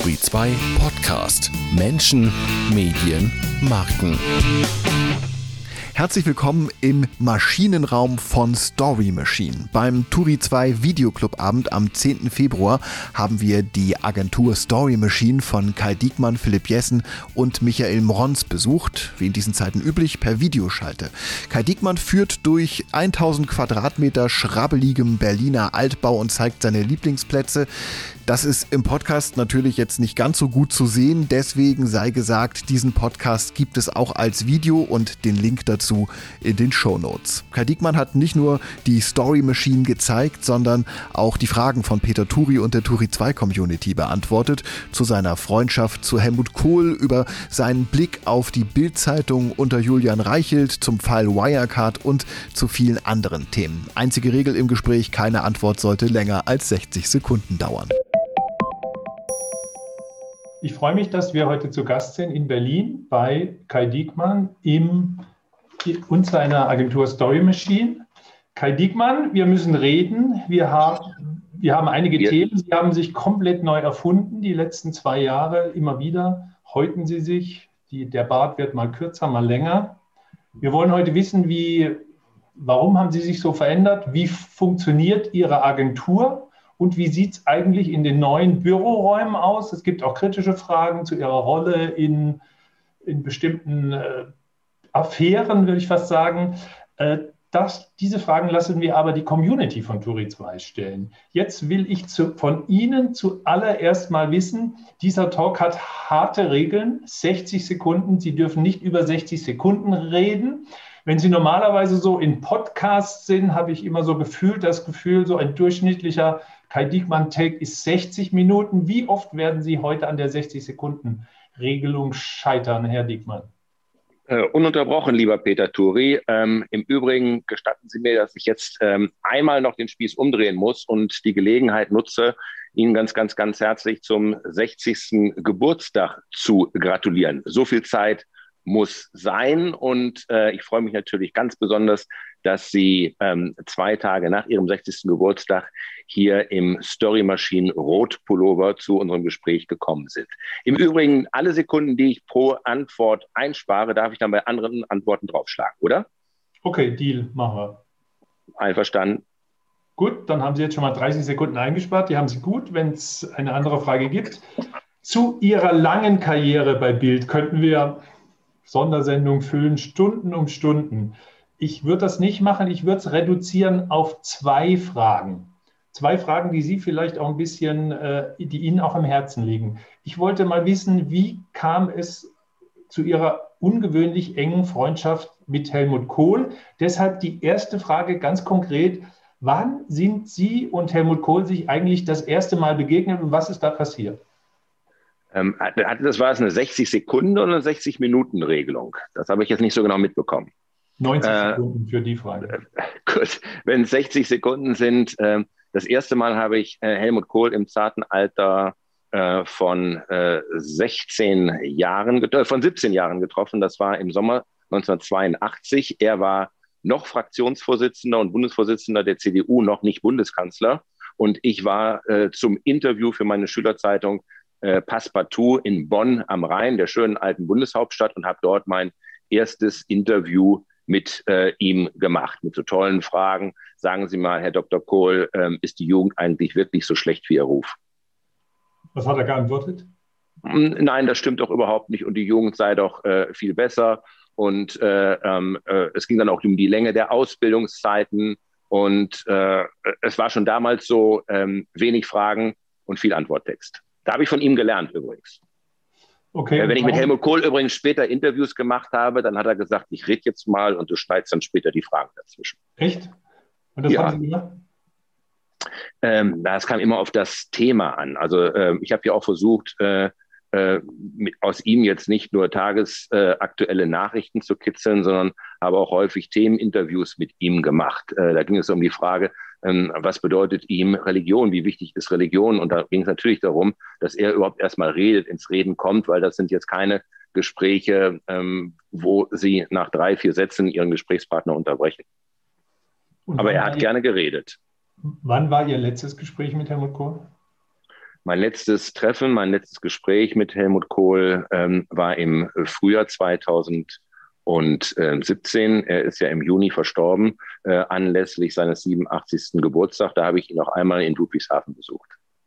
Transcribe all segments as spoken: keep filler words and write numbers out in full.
Turi zwei Podcast. Menschen, Medien, Marken. Herzlich willkommen im Maschinenraum von Story Machine. Beim Turi zwei Videoclub-Abend am zehnten Februar haben wir die Agentur Story Machine von Kai Diekmann, Philipp Jessen und Michael Mrons besucht, wie in diesen Zeiten üblich, per Videoschalte. Kai Diekmann führt durch tausend Quadratmeter schrabbeligem Berliner Altbau und zeigt seine Lieblingsplätze. Das ist im Podcast natürlich jetzt nicht ganz so gut zu sehen, deswegen sei gesagt, diesen Podcast gibt es auch als Video und den Link dazu in den Shownotes. Kai Diekmann hat nicht nur die Story Machine gezeigt, sondern auch die Fragen von Peter Turi und der Turi zwei Community beantwortet, zu seiner Freundschaft zu Helmut Kohl, über seinen Blick auf die Bild-Zeitung unter Julian Reichelt, zum Fall Wirecard und zu vielen anderen Themen. Einzige Regel im Gespräch, keine Antwort sollte länger als sechzig Sekunden dauern. Ich freue mich, dass wir heute zu Gast sind in Berlin bei Kai Diekmann im, und seiner Agentur Story Machine. Kai Diekmann, wir müssen reden. Wir haben, wir haben einige ja. Themen. Sie haben sich komplett neu erfunden, die letzten zwei Jahre immer wieder. Häuten Sie sich. Die, der Bart wird mal kürzer, mal länger. Wir wollen heute wissen, wie, warum haben Sie sich so verändert? Wie funktioniert Ihre Agentur? Und wie sieht es eigentlich in den neuen Büroräumen aus? Es gibt auch kritische Fragen zu Ihrer Rolle in, in bestimmten äh, Affären, würde ich fast sagen. Äh, das, diese Fragen lassen wir aber die Community von Turi zwei stellen. Jetzt will ich zu, von Ihnen zuallererst mal wissen, dieser Talk hat harte Regeln, sechzig Sekunden. Sie dürfen nicht über sechzig Sekunden reden. Wenn Sie normalerweise so in Podcasts sind, habe ich immer so gefühlt, das Gefühl, so ein durchschnittlicher Kai Diekmann-Take ist sechzig Minuten. Wie oft werden Sie heute an der sechzig-Sekunden-Regelung scheitern, Herr Diekmann? Uh, ununterbrochen, lieber Peter Turi. Ähm, Im Übrigen gestatten Sie mir, dass ich jetzt ähm, einmal noch den Spieß umdrehen muss und die Gelegenheit nutze, Ihnen ganz, ganz, ganz herzlich zum sechzigsten Geburtstag zu gratulieren. So viel Zeit muss sein und äh, ich freue mich natürlich ganz besonders, dass Sie ähm, zwei Tage nach Ihrem sechzigsten Geburtstag hier im Story Machine Rotpullover zu unserem Gespräch gekommen sind. Im Übrigen, alle Sekunden, die ich pro Antwort einspare, darf ich dann bei anderen Antworten draufschlagen, oder? Okay, Deal, machen wir. Einverstanden. Gut, dann haben Sie jetzt schon mal dreißig Sekunden eingespart. Die haben Sie gut, wenn es eine andere Frage gibt. Zu Ihrer langen Karriere bei Bild könnten wir Sondersendung füllen, Stunden um Stunden. Ich würde das nicht machen, ich würde es reduzieren auf zwei Fragen. Zwei Fragen, die Sie vielleicht auch ein bisschen, äh, die Ihnen auch am Herzen liegen. Ich wollte mal wissen, wie kam es zu Ihrer ungewöhnlich engen Freundschaft mit Helmut Kohl? Deshalb die erste Frage ganz konkret. Wann sind Sie und Helmut Kohl sich eigentlich das erste Mal begegnet und was ist da passiert? Ähm, das war es eine sechzig-Sekunden- oder eine sechzig-Minuten-Regelung? Das habe ich jetzt nicht so genau mitbekommen. neunzig Sekunden für die Frage. Äh, gut, wenn es sechzig Sekunden sind, äh, das erste Mal habe ich äh, Helmut Kohl im zarten Alter äh, von äh, sechzehn Jahren, äh, von siebzehn Jahren getroffen. Das war im Sommer neunzehnhundertzweiundachtzig. Er war noch Fraktionsvorsitzender und Bundesvorsitzender der C D U, noch nicht Bundeskanzler. Und ich war äh, zum Interview für meine Schülerzeitung äh, Passepartout in Bonn am Rhein, der schönen alten Bundeshauptstadt, und habe dort mein erstes Interview mit äh, ihm gemacht, mit so tollen Fragen. Sagen Sie mal, Herr Doktor Kohl, ähm, ist die Jugend eigentlich wirklich so schlecht wie Ihr Ruf? Was hat er geantwortet? Nein, das stimmt doch überhaupt nicht und die Jugend sei doch äh, viel besser. Und äh, äh, es ging dann auch um die Länge der Ausbildungszeiten und äh, es war schon damals so, ähm, wenig Fragen und viel Antworttext. Da habe ich von ihm gelernt übrigens. Okay, äh, wenn ich mit Helmut Kohl übrigens später Interviews gemacht habe, dann hat er gesagt, ich rede jetzt mal und du schneidest dann später die Fragen dazwischen. Echt? Und das ja. haben Sie gemacht? Ähm, das kam immer auf das Thema an. Also äh, ich habe ja auch versucht, äh, äh, mit, aus ihm jetzt nicht nur tagesaktuelle äh, Nachrichten zu kitzeln, sondern habe auch häufig Themeninterviews mit ihm gemacht. Äh, da ging es um die Frage, ähm, was bedeutet ihm Religion, wie wichtig ist Religion? Und da ging es natürlich darum, dass er überhaupt erstmal redet, ins Reden kommt, weil das sind jetzt keine Gespräche, ähm, wo Sie nach drei, vier Sätzen Ihren Gesprächspartner unterbrechen. Und aber er hat gerne geredet. Wann war Ihr letztes Gespräch mit Helmut Kohl? Mein letztes Treffen, mein letztes Gespräch mit Helmut Kohl ähm, war im Frühjahr zweitausendsiebzehn. Er ist ja im Juni verstorben, äh, anlässlich seines siebenundachtzigsten Geburtstags. Da habe ich ihn auch einmal in Ludwigshafen besucht.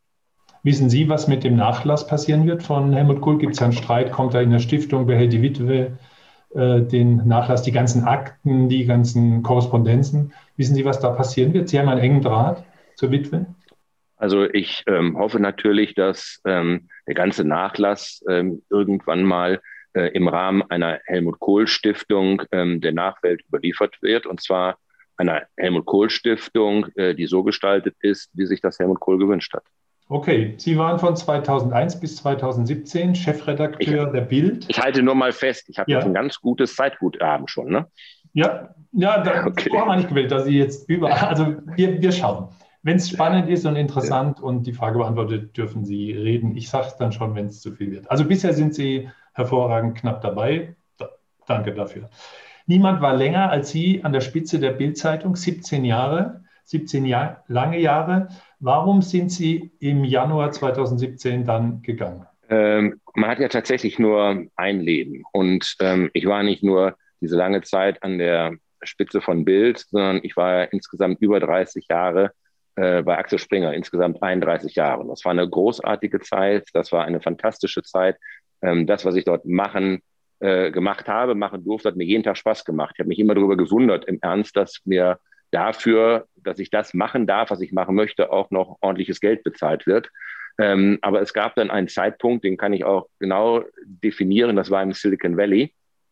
Wissen Sie, was mit dem Nachlass passieren wird von Helmut Kohl? Gibt es einen Streit? Kommt er in der Stiftung? Behält die Witwe äh, den Nachlass, die ganzen Akten, die ganzen Korrespondenzen? Wissen Sie, was da passieren wird? Sie haben einen engen Draht zur Witwe? Also ich ähm, hoffe natürlich, dass ähm, der ganze Nachlass ähm, irgendwann mal äh, im Rahmen einer Helmut-Kohl-Stiftung ähm, der Nachwelt überliefert wird. Und zwar einer Helmut-Kohl-Stiftung, äh, die so gestaltet ist, wie sich das Helmut Kohl gewünscht hat. Okay, Sie waren von zweitausendeins bis zweitausendsiebzehn Chefredakteur ich, der Bild. Ich halte nur mal fest, ich habe ja. jetzt ein ganz gutes Zeitguthaben schon, ne? Ja, ja, da okay. So haben wir nicht gewählt, dass Sie jetzt überall, also wir, wir schauen. Wenn es spannend ist und interessant ja. und die Frage beantwortet, dürfen Sie reden. Ich sage es dann schon, wenn es zu viel wird. Also bisher sind Sie hervorragend knapp dabei. Da, danke dafür. Niemand war länger als Sie an der Spitze der Bild-Zeitung, siebzehn Jahre, siebzehn Jahr, lange Jahre. Warum sind Sie im Januar zweitausendsiebzehn dann gegangen? Ähm, man hat ja tatsächlich nur ein Leben. Und ähm, ich war nicht nur diese lange Zeit an der Spitze von Bild, sondern ich war ja insgesamt über dreißig Jahre äh, bei Axel Springer, insgesamt einunddreißig Jahre. Und das war eine großartige Zeit, das war eine fantastische Zeit. Ähm, das, was ich dort machen, äh, gemacht habe, machen durfte, hat mir jeden Tag Spaß gemacht. Ich habe mich immer darüber gewundert, im Ernst, dass mir dafür, dass ich das machen darf, was ich machen möchte, auch noch ordentliches Geld bezahlt wird. Ähm, aber es gab dann einen Zeitpunkt, den kann ich auch genau definieren, das war im Silicon Valley,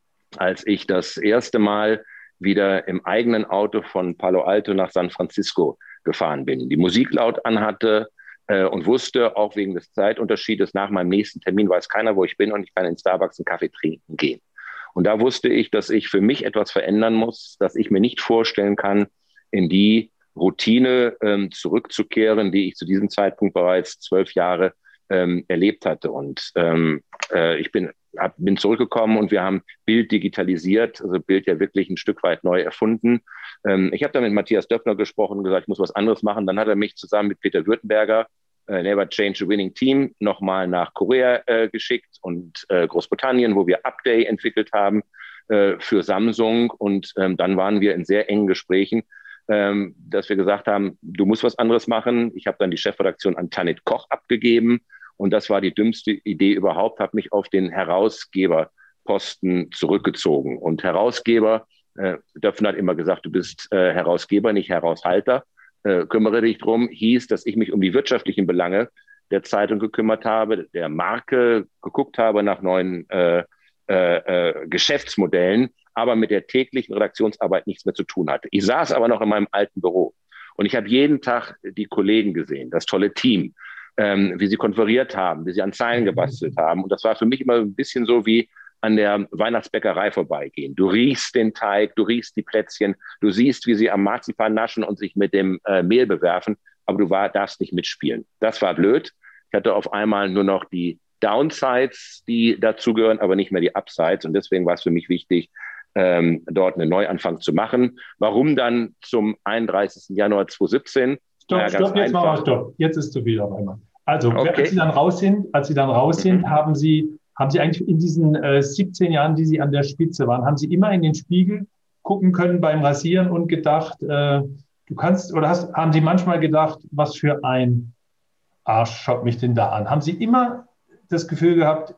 als ich das erste Mal wieder im eigenen Auto von Palo Alto nach San Francisco gefahren bin, die Musik laut anhatte äh, und wusste, auch wegen des Zeitunterschiedes, nach meinem nächsten Termin weiß keiner, wo ich bin und ich kann in Starbucks einen Kaffee trinken gehen. Und da wusste ich, dass ich für mich etwas verändern muss, dass ich mir nicht vorstellen kann, in die Routine ähm, zurückzukehren, die ich zu diesem Zeitpunkt bereits zwölf Jahre ähm, erlebt hatte. Und ähm, äh, ich bin, hab, bin zurückgekommen und wir haben Bild digitalisiert, also Bild ja wirklich ein Stück weit neu erfunden. Ähm, ich habe dann mit Matthias Döpfner gesprochen und gesagt, ich muss was anderes machen. Dann hat er mich zusammen mit Peter Württemberger, äh, Never Change a Winning Team, nochmal nach Korea äh, geschickt und äh, Großbritannien, wo wir Upday entwickelt haben äh, für Samsung. Und ähm, dann waren wir in sehr engen Gesprächen, Ähm, dass wir gesagt haben, du musst was anderes machen. Ich habe dann die Chefredaktion an Tanit Koch abgegeben und das war die dümmste Idee überhaupt, habe mich auf den Herausgeberposten zurückgezogen. Und Herausgeber, äh, Döpfner hat immer gesagt, du bist äh, Herausgeber, nicht Heraushalter. Äh, kümmere dich drum, hieß, dass ich mich um die wirtschaftlichen Belange der Zeitung gekümmert habe, der Marke geguckt habe nach neuen äh, äh, äh, Geschäftsmodellen, aber mit der täglichen Redaktionsarbeit nichts mehr zu tun hatte. Ich saß aber noch in meinem alten Büro und ich habe jeden Tag die Kollegen gesehen, das tolle Team, ähm, wie sie konferiert haben, wie sie an Zeilen gebastelt haben. Und das war für mich immer ein bisschen so wie an der Weihnachtsbäckerei vorbeigehen. Du riechst den Teig, du riechst die Plätzchen, du siehst, wie sie am Marzipan naschen und sich mit dem äh, Mehl bewerfen, aber du war, darfst nicht mitspielen. Das war blöd. Ich hatte auf einmal nur noch die Downsides, die dazugehören, aber nicht mehr die Upsides. Und deswegen war es für mich wichtig, ähm, dort einen Neuanfang zu machen. Warum dann zum einunddreißigsten Januar zweitausendsiebzehn? Stopp, ja, stopp, jetzt mal stopp. Jetzt ist zu viel auf einmal. Also, okay. als Sie dann raus sind, als Sie dann raus sind, mhm. haben Sie, haben Sie eigentlich in diesen äh, siebzehn Jahren, die Sie an der Spitze waren, haben Sie immer in den Spiegel gucken können beim Rasieren und gedacht, äh, du kannst, oder hast, haben Sie manchmal gedacht, was für ein Arsch schaut mich denn da an? Haben Sie immer das Gefühl gehabt,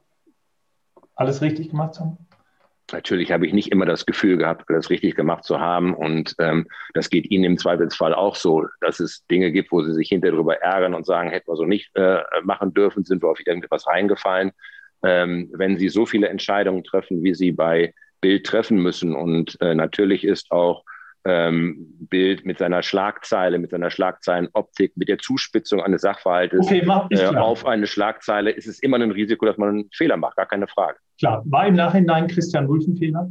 alles richtig gemacht zu haben? Natürlich habe ich nicht immer das Gefühl gehabt, das richtig gemacht zu haben. Und ähm, das geht Ihnen im Zweifelsfall auch so, dass es Dinge gibt, wo Sie sich hinterher darüber ärgern und sagen, hätten wir so nicht äh, machen dürfen, sind wir auf irgendetwas reingefallen. Ähm, wenn Sie so viele Entscheidungen treffen, wie Sie bei Bild treffen müssen. Und äh, natürlich ist auch ähm, Bild mit seiner Schlagzeile, mit seiner Schlagzeilenoptik, mit der Zuspitzung eines Sachverhaltes okay, äh, auf eine Schlagzeile, ist es immer ein Risiko, dass man einen Fehler macht, gar keine Frage. Klar, war im Nachhinein Christian Wulff ein Fehler?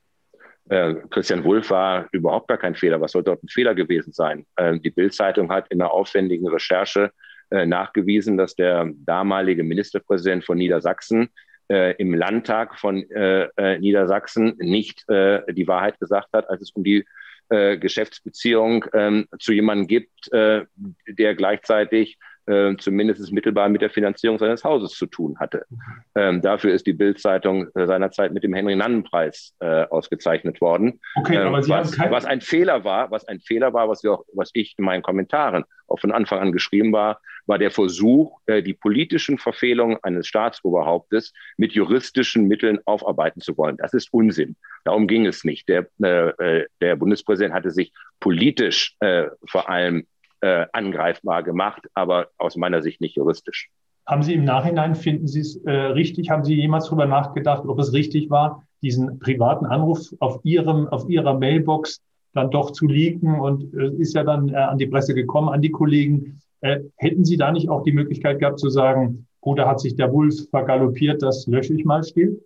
Äh, Christian Wulff war überhaupt gar kein Fehler. Was soll dort ein Fehler gewesen sein? Äh, die Bild-Zeitung hat in einer aufwendigen Recherche äh, nachgewiesen, dass der damalige Ministerpräsident von Niedersachsen äh, im Landtag von äh, äh, Niedersachsen nicht äh, die Wahrheit gesagt hat, als es um die äh, Geschäftsbeziehung äh, zu jemandem gibt, äh, der gleichzeitig äh, zumindest mittelbar mit der Finanzierung seines Hauses zu tun hatte. Ähm, dafür ist die Bild-Zeitung äh, seinerzeit mit dem Henry-Nannen-Preis äh, ausgezeichnet worden. Okay, ähm, aber Sie was, haben kein... was ein Fehler war, was ein Fehler war, was wir auch, was ich in meinen Kommentaren auch von Anfang an geschrieben war, war der Versuch, äh, die politischen Verfehlungen eines Staatsoberhauptes mit juristischen Mitteln aufarbeiten zu wollen. Das ist Unsinn. Darum ging es nicht. Der, äh, der Bundespräsident hatte sich politisch äh, vor allem äh, angreifbar gemacht, aber aus meiner Sicht nicht juristisch. Haben Sie im Nachhinein, finden Sie es äh, richtig, haben Sie jemals darüber nachgedacht, ob es richtig war, diesen privaten Anruf auf Ihrem, auf Ihrer Mailbox dann doch zu leaken und äh, ist ja dann äh, an die Presse gekommen, an die Kollegen. Äh, hätten Sie da nicht auch die Möglichkeit gehabt zu sagen, oh, da hat sich der Wolf vergaloppiert, das lösche ich mal still?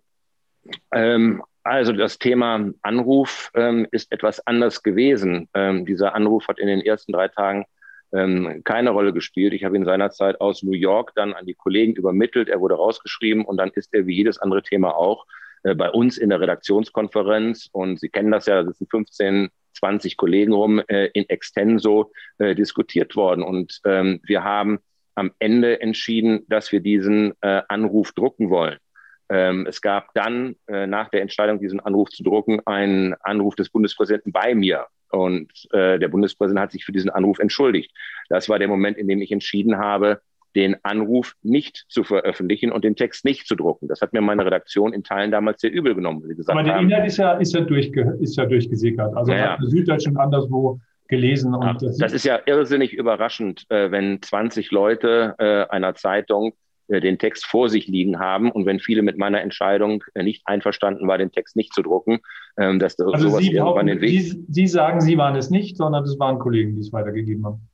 Ähm, also das Thema Anruf ähm, ist etwas anders gewesen. Ähm, dieser Anruf hat in den ersten drei Tagen ähm, keine Rolle gespielt. Ich habe ihn seinerzeit aus New York dann an die Kollegen übermittelt. Er wurde rausgeschrieben und dann ist er wie jedes andere Thema auch äh, bei uns in der Redaktionskonferenz. Und Sie kennen das ja, da sitzen fünfzehn, zwanzig Kollegen rum, äh, in extenso äh, diskutiert worden. Und ähm, wir haben am Ende entschieden, dass wir diesen äh, Anruf drucken wollen. Ähm, es gab dann äh, nach der Entscheidung, diesen Anruf zu drucken, einen Anruf des Bundespräsidenten bei mir. Und äh, der Bundespräsident hat sich für diesen Anruf entschuldigt. Das war der Moment, in dem ich entschieden habe, den Anruf nicht zu veröffentlichen und den Text nicht zu drucken. Das hat mir meine Redaktion in Teilen damals sehr übel genommen, weil sie gesagt Aber der haben, Inhalt ist ja, ist ja, durchge, ist ja durchgesickert. Also ja, hat der Süddeutsche und anderswo gelesen. Und ja, das, das ist ja irrsinnig überraschend, äh, wenn zwanzig Leute äh, einer Zeitung äh, den Text vor sich liegen haben und wenn viele mit meiner Entscheidung äh, nicht einverstanden waren, den Text nicht zu drucken, ähm, dass da also sowas Sie, irgendwann den Weg... Sie, Sie sagen, Sie waren es nicht, sondern es waren Kollegen, die es weitergegeben haben.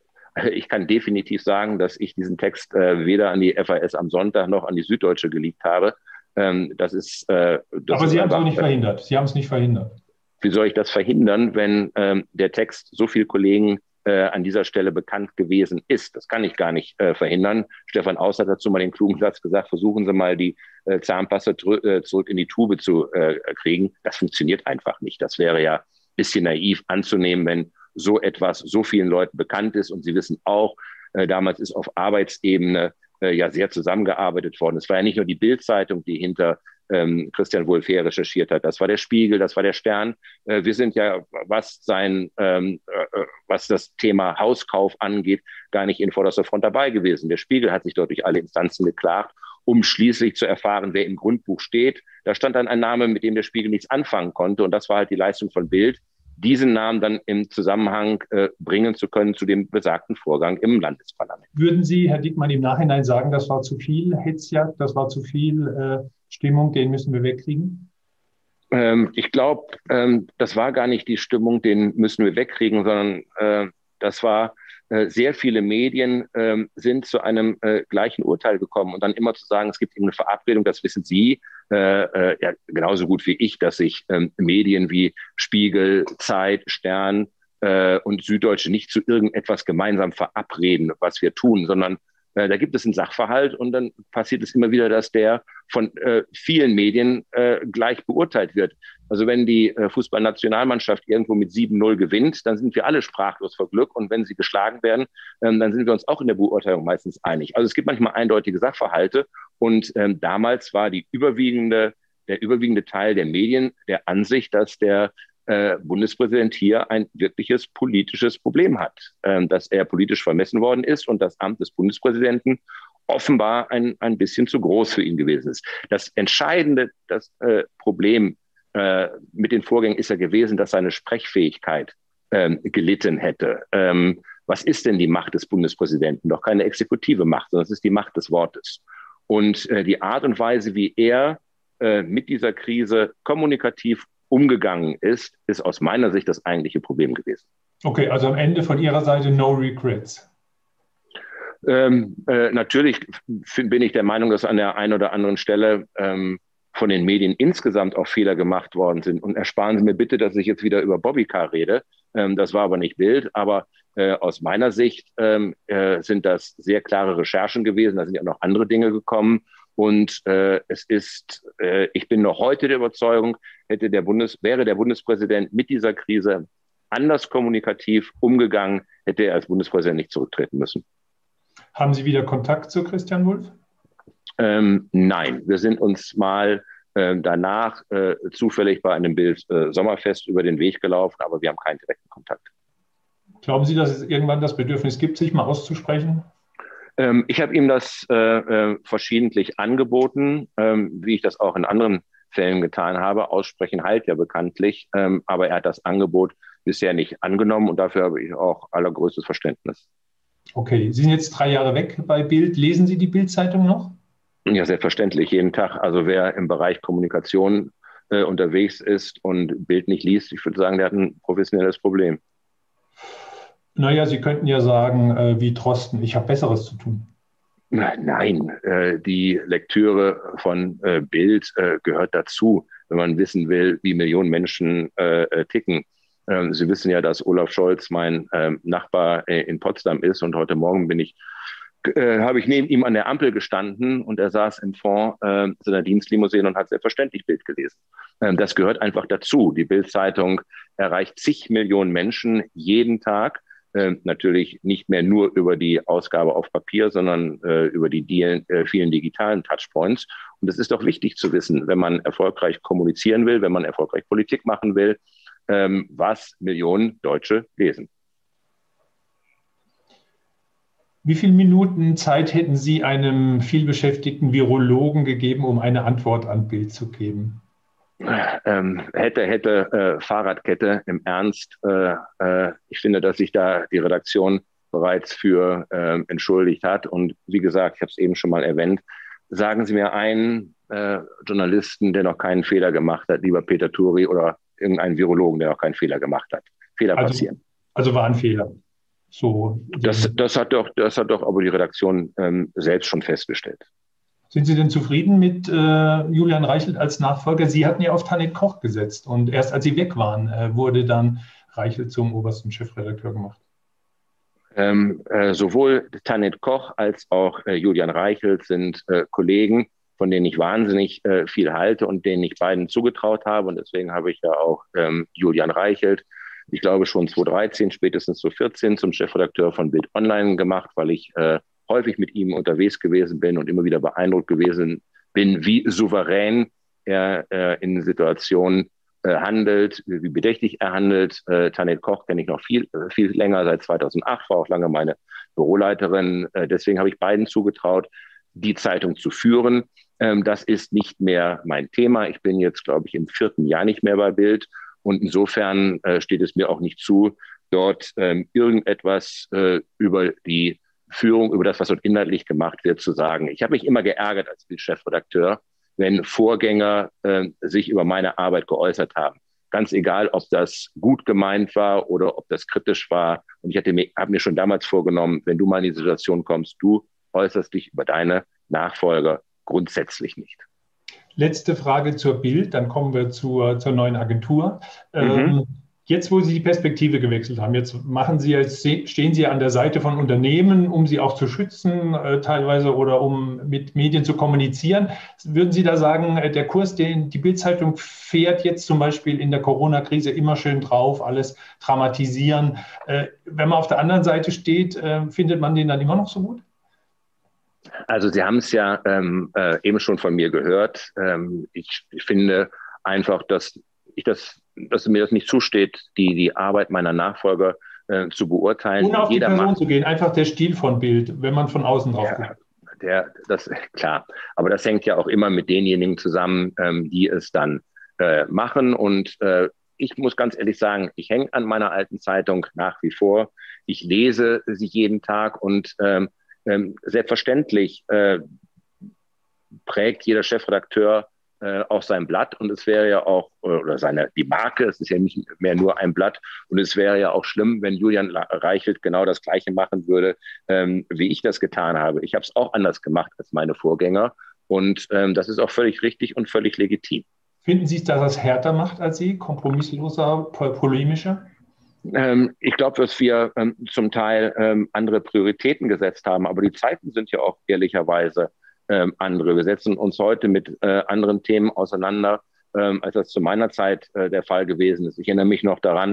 Ich kann definitiv sagen, dass ich diesen Text äh, weder an die F A S am Sonntag noch an die Süddeutsche geleakt habe. Ähm, das ist, äh, das Aber ist Sie haben es einfach, auch nicht verhindert. Sie haben es nicht verhindert. Wie soll ich das verhindern, wenn ähm, der Text so viel Kollegen äh, an dieser Stelle bekannt gewesen ist? Das kann ich gar nicht äh, verhindern. Stefan Aus hat dazu mal den klugen Satz gesagt, versuchen Sie mal die äh, Zahnpasta tr- äh, zurück in die Tube zu äh, kriegen. Das funktioniert einfach nicht. Das wäre ja ein bisschen naiv anzunehmen, wenn so etwas so vielen Leuten bekannt ist. Und Sie wissen auch, äh, damals ist auf Arbeitsebene äh, ja sehr zusammengearbeitet worden. Es war ja nicht nur die Bild-Zeitung, die hinter ähm, Christian Wulff her recherchiert hat. Das war der Spiegel, das war der Stern. Äh, wir sind ja, was sein, ähm, äh, was das Thema Hauskauf angeht, gar nicht in vorderster Front dabei gewesen. Der Spiegel hat sich dort durch alle Instanzen geklagt, um schließlich zu erfahren, wer im Grundbuch steht. Da stand dann ein Name, mit dem der Spiegel nichts anfangen konnte. Und das war halt die Leistung von Bild, diesen Namen dann im Zusammenhang äh, bringen zu können zu dem besagten Vorgang im Landesparlament. Würden Sie, Herr Diekmann, im Nachhinein sagen, das war zu viel Hetzjagd, das war zu viel äh, Stimmung, den müssen wir wegkriegen? Ähm, ich glaube, ähm, das war gar nicht die Stimmung, den müssen wir wegkriegen, sondern äh, das war, äh, sehr viele Medien äh, sind zu einem äh, gleichen Urteil gekommen. Und dann immer zu sagen, es gibt eben eine Verabredung, das wissen Sie äh, äh, ja, genauso gut wie ich, dass sich äh, Medien wie Spiegel, Zeit, Stern äh, und Süddeutsche nicht zu irgendetwas gemeinsam verabreden, was wir tun, sondern äh, da gibt es einen Sachverhalt und dann passiert es immer wieder, dass der von äh, vielen Medien äh, gleich beurteilt wird. Also wenn die äh, Fußballnationalmannschaft irgendwo mit sieben null gewinnt, dann sind wir alle sprachlos vor Glück. Und wenn sie geschlagen werden, ähm, dann sind wir uns auch in der Beurteilung meistens einig. Also es gibt manchmal eindeutige Sachverhalte. Und ähm, damals war die überwiegende, der überwiegende Teil der Medien der Ansicht, dass der äh, Bundespräsident hier ein wirkliches politisches Problem hat, ähm, dass er politisch vermessen worden ist und das Amt des Bundespräsidenten offenbar ein, ein bisschen zu groß für ihn gewesen ist. Das entscheidende das, äh, Problem äh, mit den Vorgängen ist ja gewesen, dass seine Sprechfähigkeit ähm, gelitten hätte. Ähm, was ist denn die Macht des Bundespräsidenten? Doch keine exekutive Macht, sondern es ist die Macht des Wortes. Und äh, die Art und Weise, wie er äh, mit dieser Krise kommunikativ umgegangen ist, ist aus meiner Sicht das eigentliche Problem gewesen. Okay, also am Ende von Ihrer Seite no regrets. Ähm, äh, natürlich bin ich der Meinung, dass an der einen oder anderen Stelle ähm, von den Medien insgesamt auch Fehler gemacht worden sind. Und ersparen Sie mir bitte, dass ich jetzt wieder über Bobbycar rede. Ähm, das war aber nicht Bild. Aber äh, aus meiner Sicht ähm, äh, sind das sehr klare Recherchen gewesen. Da sind ja noch andere Dinge gekommen. Und äh, es ist, äh, ich bin noch heute der Überzeugung, hätte der Bundes, wäre der Bundespräsident mit dieser Krise anders kommunikativ umgegangen, hätte er als Bundespräsident nicht zurücktreten müssen. Haben Sie wieder Kontakt zu Christian Wulff? Ähm, nein, wir sind uns mal äh, danach äh, zufällig bei einem Bild äh, Sommerfest über den Weg gelaufen, aber wir haben keinen direkten Kontakt. Glauben Sie, dass es irgendwann das Bedürfnis gibt, sich mal auszusprechen? Ähm, ich habe ihm das äh, äh, verschiedentlich angeboten, ähm, wie ich das auch in anderen Fällen getan habe. Aussprechen heilt ja bekanntlich, ähm, aber er hat das Angebot bisher nicht angenommen und dafür habe ich auch allergrößtes Verständnis. Okay, Sie sind jetzt drei Jahre weg bei Bild. Lesen Sie die Bild-Zeitung noch? Ja, selbstverständlich, jeden Tag. Also wer im Bereich Kommunikation äh, unterwegs ist und Bild nicht liest, ich würde sagen, der hat ein professionelles Problem. Naja, Sie könnten ja sagen, äh, wie Drosten, ich habe Besseres zu tun. Nein, äh, die Lektüre von äh, Bild äh, gehört dazu, wenn man wissen will, wie Millionen Menschen äh, äh, ticken. Ähm, Sie wissen ja, dass Olaf Scholz mein ähm, Nachbar äh, in Potsdam ist und heute Morgen bin ich Äh, habe ich neben ihm an der Ampel gestanden und er saß im Fond äh, seiner Dienstlimousine und hat selbstverständlich Bild gelesen. Ähm, das gehört einfach dazu. Die Bild-Zeitung erreicht zig Millionen Menschen jeden Tag. Äh, natürlich nicht mehr nur über die Ausgabe auf Papier, sondern äh, über die Deal, äh, vielen digitalen Touchpoints. Und es ist doch wichtig zu wissen, wenn man erfolgreich kommunizieren will, wenn man erfolgreich Politik machen will, ähm, was Millionen Deutsche lesen. Wie viele Minuten Zeit hätten Sie einem vielbeschäftigten Virologen gegeben, um eine Antwort an Bild zu geben? Ähm, hätte, hätte, äh, Fahrradkette im Ernst. Äh, äh, ich finde, dass sich da die Redaktion bereits für äh, entschuldigt hat. Und wie gesagt, ich habe es eben schon mal erwähnt, sagen Sie mir einen äh, Journalisten, der noch keinen Fehler gemacht hat, lieber Peter Turi, oder irgendeinen Virologen, der noch keinen Fehler gemacht hat. Fehler Also, passieren. also war ein Fehler. So, Das, das, hat doch, das hat doch aber die Redaktion ähm, selbst schon festgestellt. Sind Sie denn zufrieden mit äh, Julian Reichelt als Nachfolger? Sie hatten ja auf Tanit Koch gesetzt und erst als Sie weg waren, äh, wurde dann Reichelt zum obersten Chefredakteur gemacht. Ähm, äh, sowohl Tanit Koch als auch äh, Julian Reichelt sind äh, Kollegen, von denen ich wahnsinnig äh, viel halte und denen ich beiden zugetraut habe. Und deswegen habe ich ja auch ähm, Julian Reichelt, ich glaube schon zweitausenddreizehn, spätestens zweitausendvierzehn zum Chefredakteur von Bild Online gemacht, weil ich äh, häufig mit ihm unterwegs gewesen bin und immer wieder beeindruckt gewesen bin, wie souverän er äh, in Situationen äh, handelt, wie bedächtig er handelt. Äh, Tanit Koch kenne ich noch viel, viel länger, seit zweitausendacht, war auch lange meine Büroleiterin. Äh, deswegen habe ich beiden zugetraut, die Zeitung zu führen. Ähm, das ist nicht mehr mein Thema. Ich bin jetzt, glaube ich, im vierten Jahr nicht mehr bei Bild. Und insofern äh, steht es mir auch nicht zu, dort ähm, irgendetwas äh, über die Führung, über das, was dort inhaltlich gemacht wird, zu sagen. Ich habe mich immer geärgert als Bild-Chefredakteur, wenn Vorgänger äh, sich über meine Arbeit geäußert haben. Ganz egal, ob das gut gemeint war oder ob das kritisch war. Und ich hatte mir, habe mir schon damals vorgenommen, wenn du mal in die Situation kommst, du äußerst dich über deine Nachfolger grundsätzlich nicht. Letzte Frage zur Bild, dann kommen wir zur, zur neuen Agentur. Mhm. Ähm, jetzt, wo Sie die Perspektive gewechselt haben, jetzt machen Sie jetzt, stehen Sie an der Seite von Unternehmen, um sie auch zu schützen, äh, teilweise, oder um mit Medien zu kommunizieren. Würden Sie da sagen, äh, der Kurs, den die Bild-Zeitung fährt jetzt zum Beispiel in der Corona-Krise immer schön drauf, alles dramatisieren. Äh, wenn man auf der anderen Seite steht, äh, findet man den dann immer noch so gut? Also Sie haben es ja ähm, äh, eben schon von mir gehört. Ähm, ich, ich finde einfach, dass ich das, dass mir das nicht zusteht, die, die Arbeit meiner Nachfolger äh, zu beurteilen. Ohne auf Jeder die Person macht, zu gehen, einfach der Stil von Bild, wenn man von außen drauf ja, guckt. der, das klar. Aber das hängt ja auch immer mit denjenigen zusammen, ähm, die es dann äh, machen. Und äh, ich muss ganz ehrlich sagen, ich hänge an meiner alten Zeitung nach wie vor. Ich lese sie jeden Tag und ähm, ähm, selbstverständlich äh, prägt jeder Chefredakteur äh, auch sein Blatt und es wäre ja auch, oder seine, die Marke, es ist ja nicht mehr nur ein Blatt und es wäre ja auch schlimm, wenn Julian Reichelt genau das Gleiche machen würde, ähm, wie ich das getan habe. Ich habe es auch anders gemacht als meine Vorgänger und ähm, das ist auch völlig richtig und völlig legitim. Finden Sie, dass das härter macht als Sie, kompromissloser, polemischer? Ähm, ich glaube, dass wir ähm, zum Teil ähm, andere Prioritäten gesetzt haben, aber die Zeiten sind ja auch ehrlicherweise ähm, andere. Wir setzen uns heute mit äh, anderen Themen auseinander, ähm, als das zu meiner Zeit äh, der Fall gewesen ist. Ich erinnere mich noch daran,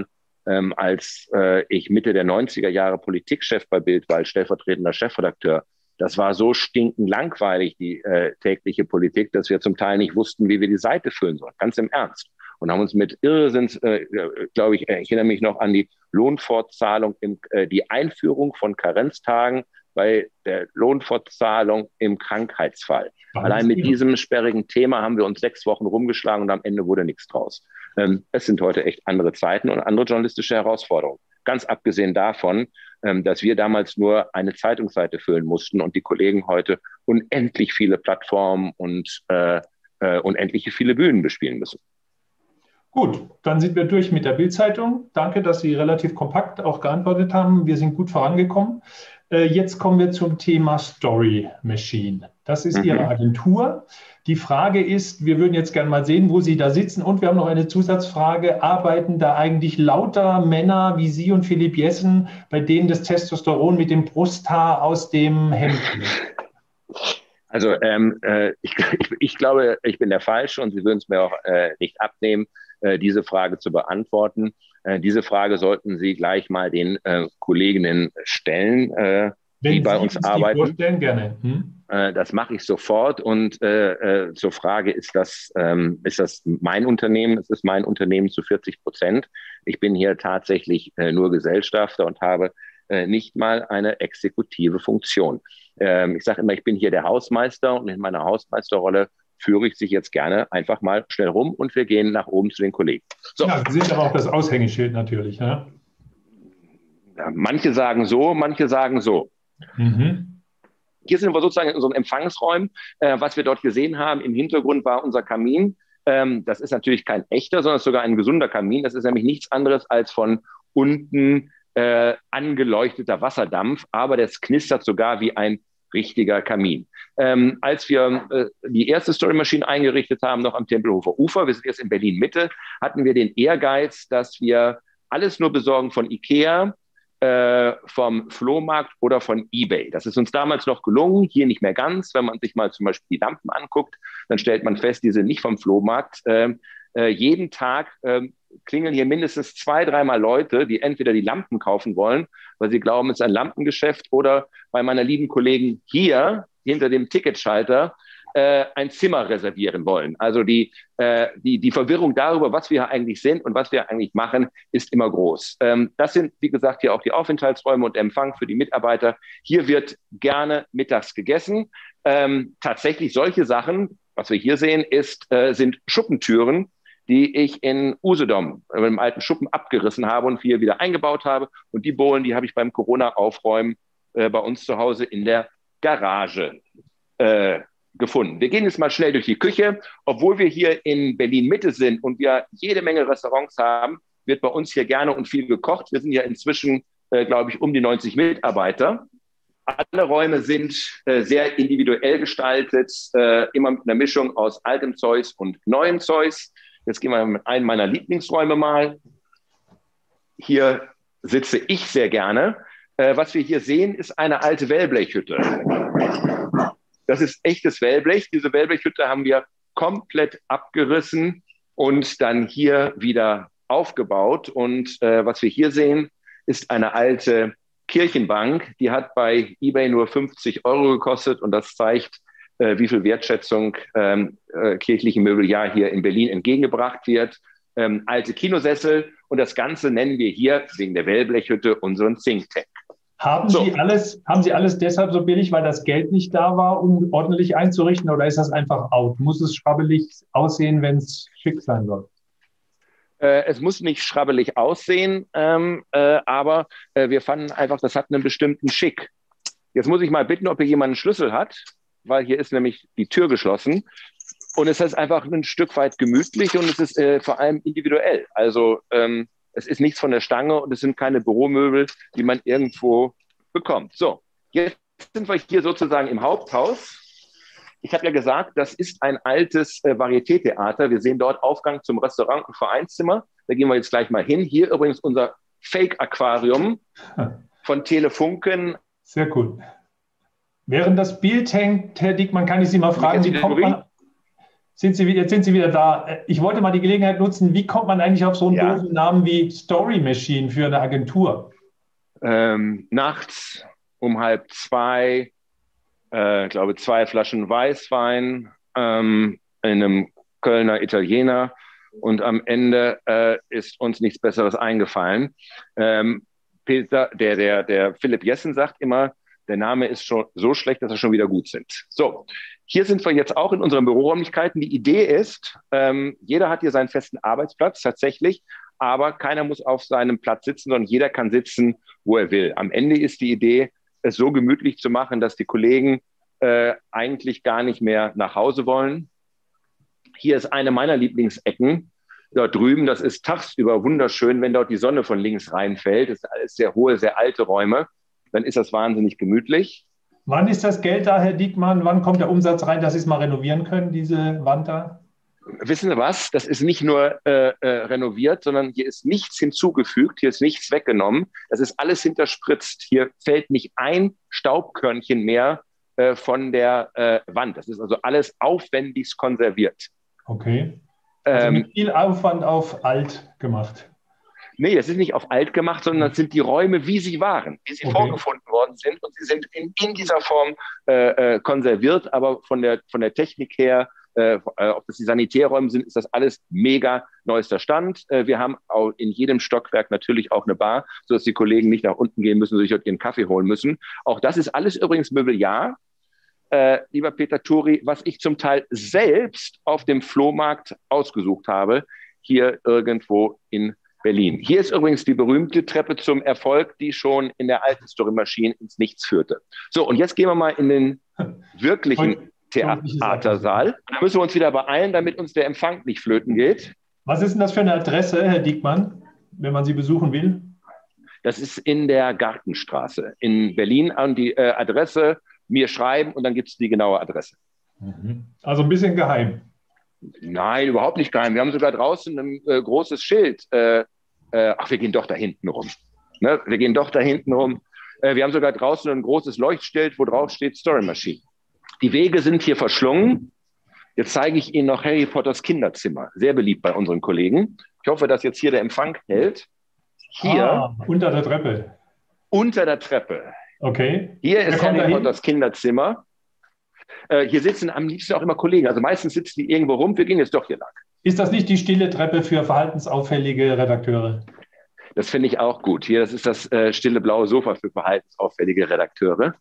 ähm, als äh, ich Mitte der neunziger Jahre Politikchef bei Bild war, als stellvertretender Chefredakteur. Das war so stinkend langweilig, die äh, tägliche Politik, dass wir zum Teil nicht wussten, wie wir die Seite füllen sollen. Ganz im Ernst. Und haben uns mit Irrsinns, äh, glaube ich, ich erinnere mich noch an die Lohnfortzahlung, im, äh, die Einführung von Karenztagen bei der Lohnfortzahlung im Krankheitsfall. Wahnsinn. Allein mit diesem sperrigen Thema haben wir uns sechs Wochen rumgeschlagen und am Ende wurde nichts draus. Ähm, es sind heute echt andere Zeiten und andere journalistische Herausforderungen. Ganz abgesehen davon, ähm, dass wir damals nur eine Zeitungsseite füllen mussten und die Kollegen heute unendlich viele Plattformen und äh, äh, unendlich viele Bühnen bespielen müssen. Gut, dann sind wir durch mit der Bild-Zeitung. Danke, dass Sie relativ kompakt auch geantwortet haben. Wir sind gut vorangekommen. Äh, jetzt kommen wir zum Thema Story Machine. Das ist mhm. Ihre Agentur. Die Frage ist, wir würden jetzt gerne mal sehen, wo Sie da sitzen. Und wir haben noch eine Zusatzfrage. Arbeiten da eigentlich lauter Männer wie Sie und Philipp Jessen, bei denen das Testosteron mit dem Brusthaar aus dem Hemd ist? Also ähm, äh, ich, ich, ich glaube, ich bin der Falsche und Sie würden es mir auch äh, nicht abnehmen, äh, diese Frage zu beantworten. Äh, diese Frage sollten Sie gleich mal den äh, Kolleginnen stellen, äh, die Sie bei uns uns arbeiten. Vorstellen, gerne. Hm? Äh, das mache ich sofort. Und äh, äh, zur Frage, ist das, ähm, ist das mein Unternehmen? Es ist mein Unternehmen zu vierzig Prozent. Ich bin hier tatsächlich äh, nur Gesellschafter und habe äh, nicht mal eine exekutive Funktion. Ähm, ich sage immer, ich bin hier der Hausmeister und in meiner Hausmeisterrolle führe ich sich jetzt gerne einfach mal schnell rum und wir gehen nach oben zu den Kollegen. So. Ja, Sie sind aber auch das Aushängeschild natürlich. Ne? Ja, manche sagen so, manche sagen so. Mhm. Hier sind wir sozusagen in unseren Empfangsräumen. Äh, was wir dort gesehen haben, im Hintergrund war unser Kamin. Ähm, das ist natürlich kein echter, sondern sogar ein gesunder Kamin. Das ist nämlich nichts anderes als von unten äh, angeleuchteter Wasserdampf, aber das knistert sogar wie ein richtiger Kamin. Ähm, als wir äh, die erste Story Machine eingerichtet haben, noch am Tempelhofer Ufer, wir sind jetzt in Berlin-Mitte, hatten wir den Ehrgeiz, dass wir alles nur besorgen von IKEA, äh, vom Flohmarkt oder von eBay. Das ist uns damals noch gelungen, hier nicht mehr ganz. Wenn man sich mal zum Beispiel die Lampen anguckt, dann stellt man fest, die sind nicht vom Flohmarkt. Äh, äh, jeden Tag äh, klingeln hier mindestens zwei, dreimal Leute, die entweder die Lampen kaufen wollen, weil sie glauben, es ist ein Lampengeschäft, oder bei meiner lieben Kollegen hier hinter dem Ticketschalter äh, ein Zimmer reservieren wollen. Also die, äh, die, die Verwirrung darüber, was wir eigentlich sind und was wir eigentlich machen, ist immer groß. Ähm, das sind, wie gesagt, hier auch die Aufenthaltsräume und Empfang für die Mitarbeiter. Hier wird gerne mittags gegessen. Ähm, tatsächlich solche Sachen, was wir hier sehen, ist, äh, sind Schuppentüren, die ich in Usedom, äh, im alten Schuppen, abgerissen habe und hier wieder eingebaut habe. Und die Bohlen, die habe ich beim Corona-Aufräumen äh, bei uns zu Hause in der Garage äh, gefunden. Wir gehen jetzt mal schnell durch die Küche. Obwohl wir hier in Berlin-Mitte sind und wir jede Menge Restaurants haben, wird bei uns hier gerne und viel gekocht. Wir sind ja inzwischen, äh, glaube ich, um die neunzig Mitarbeiter. Alle Räume sind äh, sehr individuell gestaltet, äh, immer mit einer Mischung aus altem Zeugs und neuem Zeugs. Jetzt gehen wir mit einem meiner Lieblingsräume mal. Hier sitze ich sehr gerne. Äh, was wir hier sehen, ist eine alte Wellblechhütte. Das ist echtes Wellblech. Diese Wellblechhütte haben wir komplett abgerissen und dann hier wieder aufgebaut. Und äh, was wir hier sehen, ist eine alte Kirchenbank. Die hat bei eBay nur fünfzig Euro gekostet und das zeigt, äh, wie viel Wertschätzung ähm, äh, kirchlichen Mobiliar hier in Berlin entgegengebracht wird. Ähm, alte Kinosessel und das Ganze nennen wir hier wegen der Wellblechhütte unseren Think Tank. Haben so. Sie alles, haben Sie alles deshalb so billig, weil das Geld nicht da war, um ordentlich einzurichten, oder ist das einfach out? Muss es schrabbelig aussehen, wenn es schick sein soll? Äh, es muss nicht schrabbelig aussehen, ähm, äh, aber äh, wir fanden einfach, das hat einen bestimmten Schick. Jetzt muss ich mal bitten, ob hier jemand einen Schlüssel hat, weil hier ist nämlich die Tür geschlossen. Und es ist einfach ein Stück weit gemütlich und es ist äh, vor allem individuell. Also ähm, es ist nichts von der Stange und es sind keine Büromöbel, die man irgendwo bekommt. So, jetzt sind wir hier sozusagen im Haupthaus. Ich habe ja gesagt, das ist ein altes äh, Varieté-Theater. Wir sehen dort Aufgang zum Restaurant und Vereinszimmer. Da gehen wir jetzt gleich mal hin. Hier übrigens unser Fake-Aquarium von Telefunken. Sehr gut. Während das Bild hängt, Herr Diekmann, kann ich Sie mal fragen, wie kommt man... sind Sie, jetzt sind Sie wieder da. Ich wollte mal die Gelegenheit nutzen, wie kommt man eigentlich auf so einen Ja. doofen Namen wie Story Machine für eine Agentur? Ähm, nachts um halb zwei, äh, glaube zwei Flaschen Weißwein ähm, in einem Kölner Italiener und am Ende äh, ist uns nichts Besseres eingefallen. Ähm, Peter, der, der, der Philipp Jessen sagt immer, der Name ist schon so schlecht, dass er schon wieder gut sind. So, hier sind wir jetzt auch in unseren Büroräumlichkeiten. Die Idee ist, ähm, jeder hat hier seinen festen Arbeitsplatz tatsächlich, aber keiner muss auf seinem Platz sitzen, sondern jeder kann sitzen, wo er will. Am Ende ist die Idee, es so gemütlich zu machen, dass die Kollegen äh, eigentlich gar nicht mehr nach Hause wollen. Hier ist eine meiner Lieblingsecken. Dort drüben, das ist tagsüber wunderschön, wenn dort die Sonne von links reinfällt. Das sind alles sehr hohe, sehr alte Räume. Dann ist das wahnsinnig gemütlich. Wann ist das Geld da, Herr Diekmann? Wann kommt der Umsatz rein, dass Sie es mal renovieren können, diese Wand da? Wissen Sie was? Das ist nicht nur äh, äh, renoviert, sondern hier ist nichts hinzugefügt, hier ist nichts weggenommen. Das ist alles hinterspritzt. Hier fällt nicht ein Staubkörnchen mehr äh, von der äh, Wand. Das ist also alles aufwendigst konserviert. Okay. Also Ähm, mit viel Aufwand auf alt gemacht. Nee, das ist nicht auf alt gemacht, sondern das sind die Räume, wie sie waren, wie sie Okay. vorgefunden worden sind. Und sie sind in, in dieser Form äh, äh, konserviert, aber von der, von der Technik her, äh, ob das die Sanitärräume sind, ist das alles mega neuester Stand. Äh, wir haben auch in jedem Stockwerk natürlich auch eine Bar, sodass die Kollegen nicht nach unten gehen müssen und sich dort ihren Kaffee holen müssen. Auch das ist alles übrigens Möbeljahr. Äh, lieber Peter Turi, was ich zum Teil selbst auf dem Flohmarkt ausgesucht habe, hier irgendwo in Berlin. Hier ist übrigens die berühmte Treppe zum Erfolg, die schon in der alten Story Machine ins Nichts führte. So, und jetzt gehen wir mal in den wirklichen Theatersaal. Da müssen wir uns wieder beeilen, damit uns der Empfang nicht flöten geht. Was ist denn das für eine Adresse, Herr Diekmann, wenn man Sie besuchen will? Das ist in der Gartenstraße in Berlin. An die äh, Adresse mir schreiben und dann gibt es die genaue Adresse. Also ein bisschen geheim. Nein, überhaupt nicht geheim. Wir haben sogar draußen ein äh, großes Schild. Äh, äh, ach, wir gehen doch da hinten rum. Ne? Wir gehen doch da hinten rum. Äh, wir haben sogar draußen ein großes Leuchtschild, wo drauf steht Story Machine. Die Wege sind hier verschlungen. Jetzt zeige ich Ihnen noch Harry Potters Kinderzimmer. Sehr beliebt bei unseren Kollegen. Ich hoffe, dass jetzt hier der Empfang hält. Hier. Ah, unter der Treppe. Unter der Treppe. Okay. Hier ist Harry dahin? Potters Kinderzimmer. Äh, hier sitzen am liebsten auch immer Kollegen. Also meistens sitzen die irgendwo rum. Wir gehen jetzt doch hier lang. Ist das nicht die stille Treppe für verhaltensauffällige Redakteure? Das finde ich auch gut. Hier, das ist das äh, stille blaue Sofa für verhaltensauffällige Redakteure.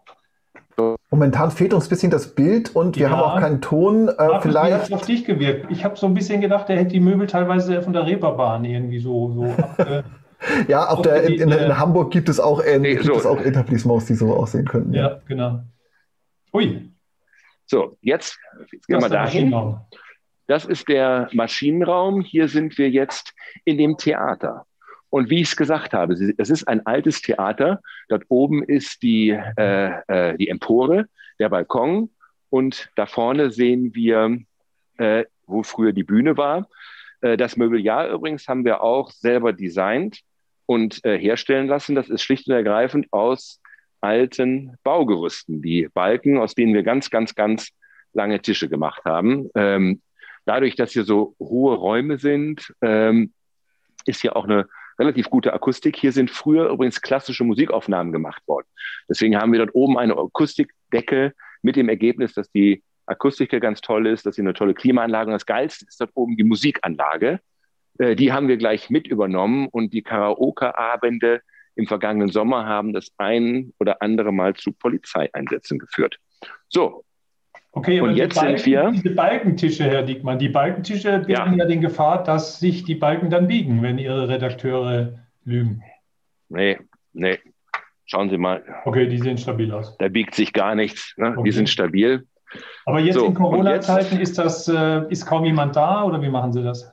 So. Momentan fehlt uns ein bisschen das Bild und wir Ja. haben auch keinen Ton. Äh, Markus, wie hat vielleicht. es auf dich gewirkt? Ich habe so ein bisschen gedacht, der hätte die Möbel teilweise von der Reeperbahn irgendwie so, so abge Ja, auch der, in, in, in Hamburg gibt es auch, äh, Nee, gibt so. es auch Etablissements, die so aussehen können. Ja, genau. Ui, So, jetzt, jetzt gehen das wir ist der dahin. Maschinenraum. Das ist der Maschinenraum. Hier sind wir jetzt in dem Theater. Und wie ich es gesagt habe, es ist ein altes Theater. Dort oben ist die, äh, äh, die Empore, der Balkon. Und da vorne sehen wir, äh, wo früher die Bühne war. Äh, das Möbeljahr übrigens haben wir auch selber designt und äh, herstellen lassen. Das ist schlicht und ergreifend aus alten Baugerüsten. Die Balken, aus denen wir ganz, ganz, ganz lange Tische gemacht haben. Ähm, dadurch, dass hier so hohe Räume sind, ähm, ist hier auch eine relativ gute Akustik. Hier sind früher übrigens klassische Musikaufnahmen gemacht worden. Deswegen haben wir dort oben eine Akustikdecke mit dem Ergebnis, dass die Akustik hier ganz toll ist, dass hier eine tolle Klimaanlage und das Geilste ist dort oben die Musikanlage. Äh, die haben wir gleich mit übernommen und die Karaoke-Abende im vergangenen Sommer haben das ein oder andere Mal zu Polizeieinsätzen geführt. So. Okay, aber Und jetzt die Balken, sind wir- diese Balkentische, Herr Diekmann, die Balkentische birgen ja. ja den Gefahr, dass sich die Balken dann biegen, wenn Ihre Redakteure lügen. Nee, nee. Schauen Sie mal, Okay, die sehen stabil aus. da biegt sich gar nichts. Ne? Okay. Die sind stabil. Aber jetzt So, in und Corona-Zeiten jetzt- ist das, äh, ist kaum jemand da oder wie machen Sie das?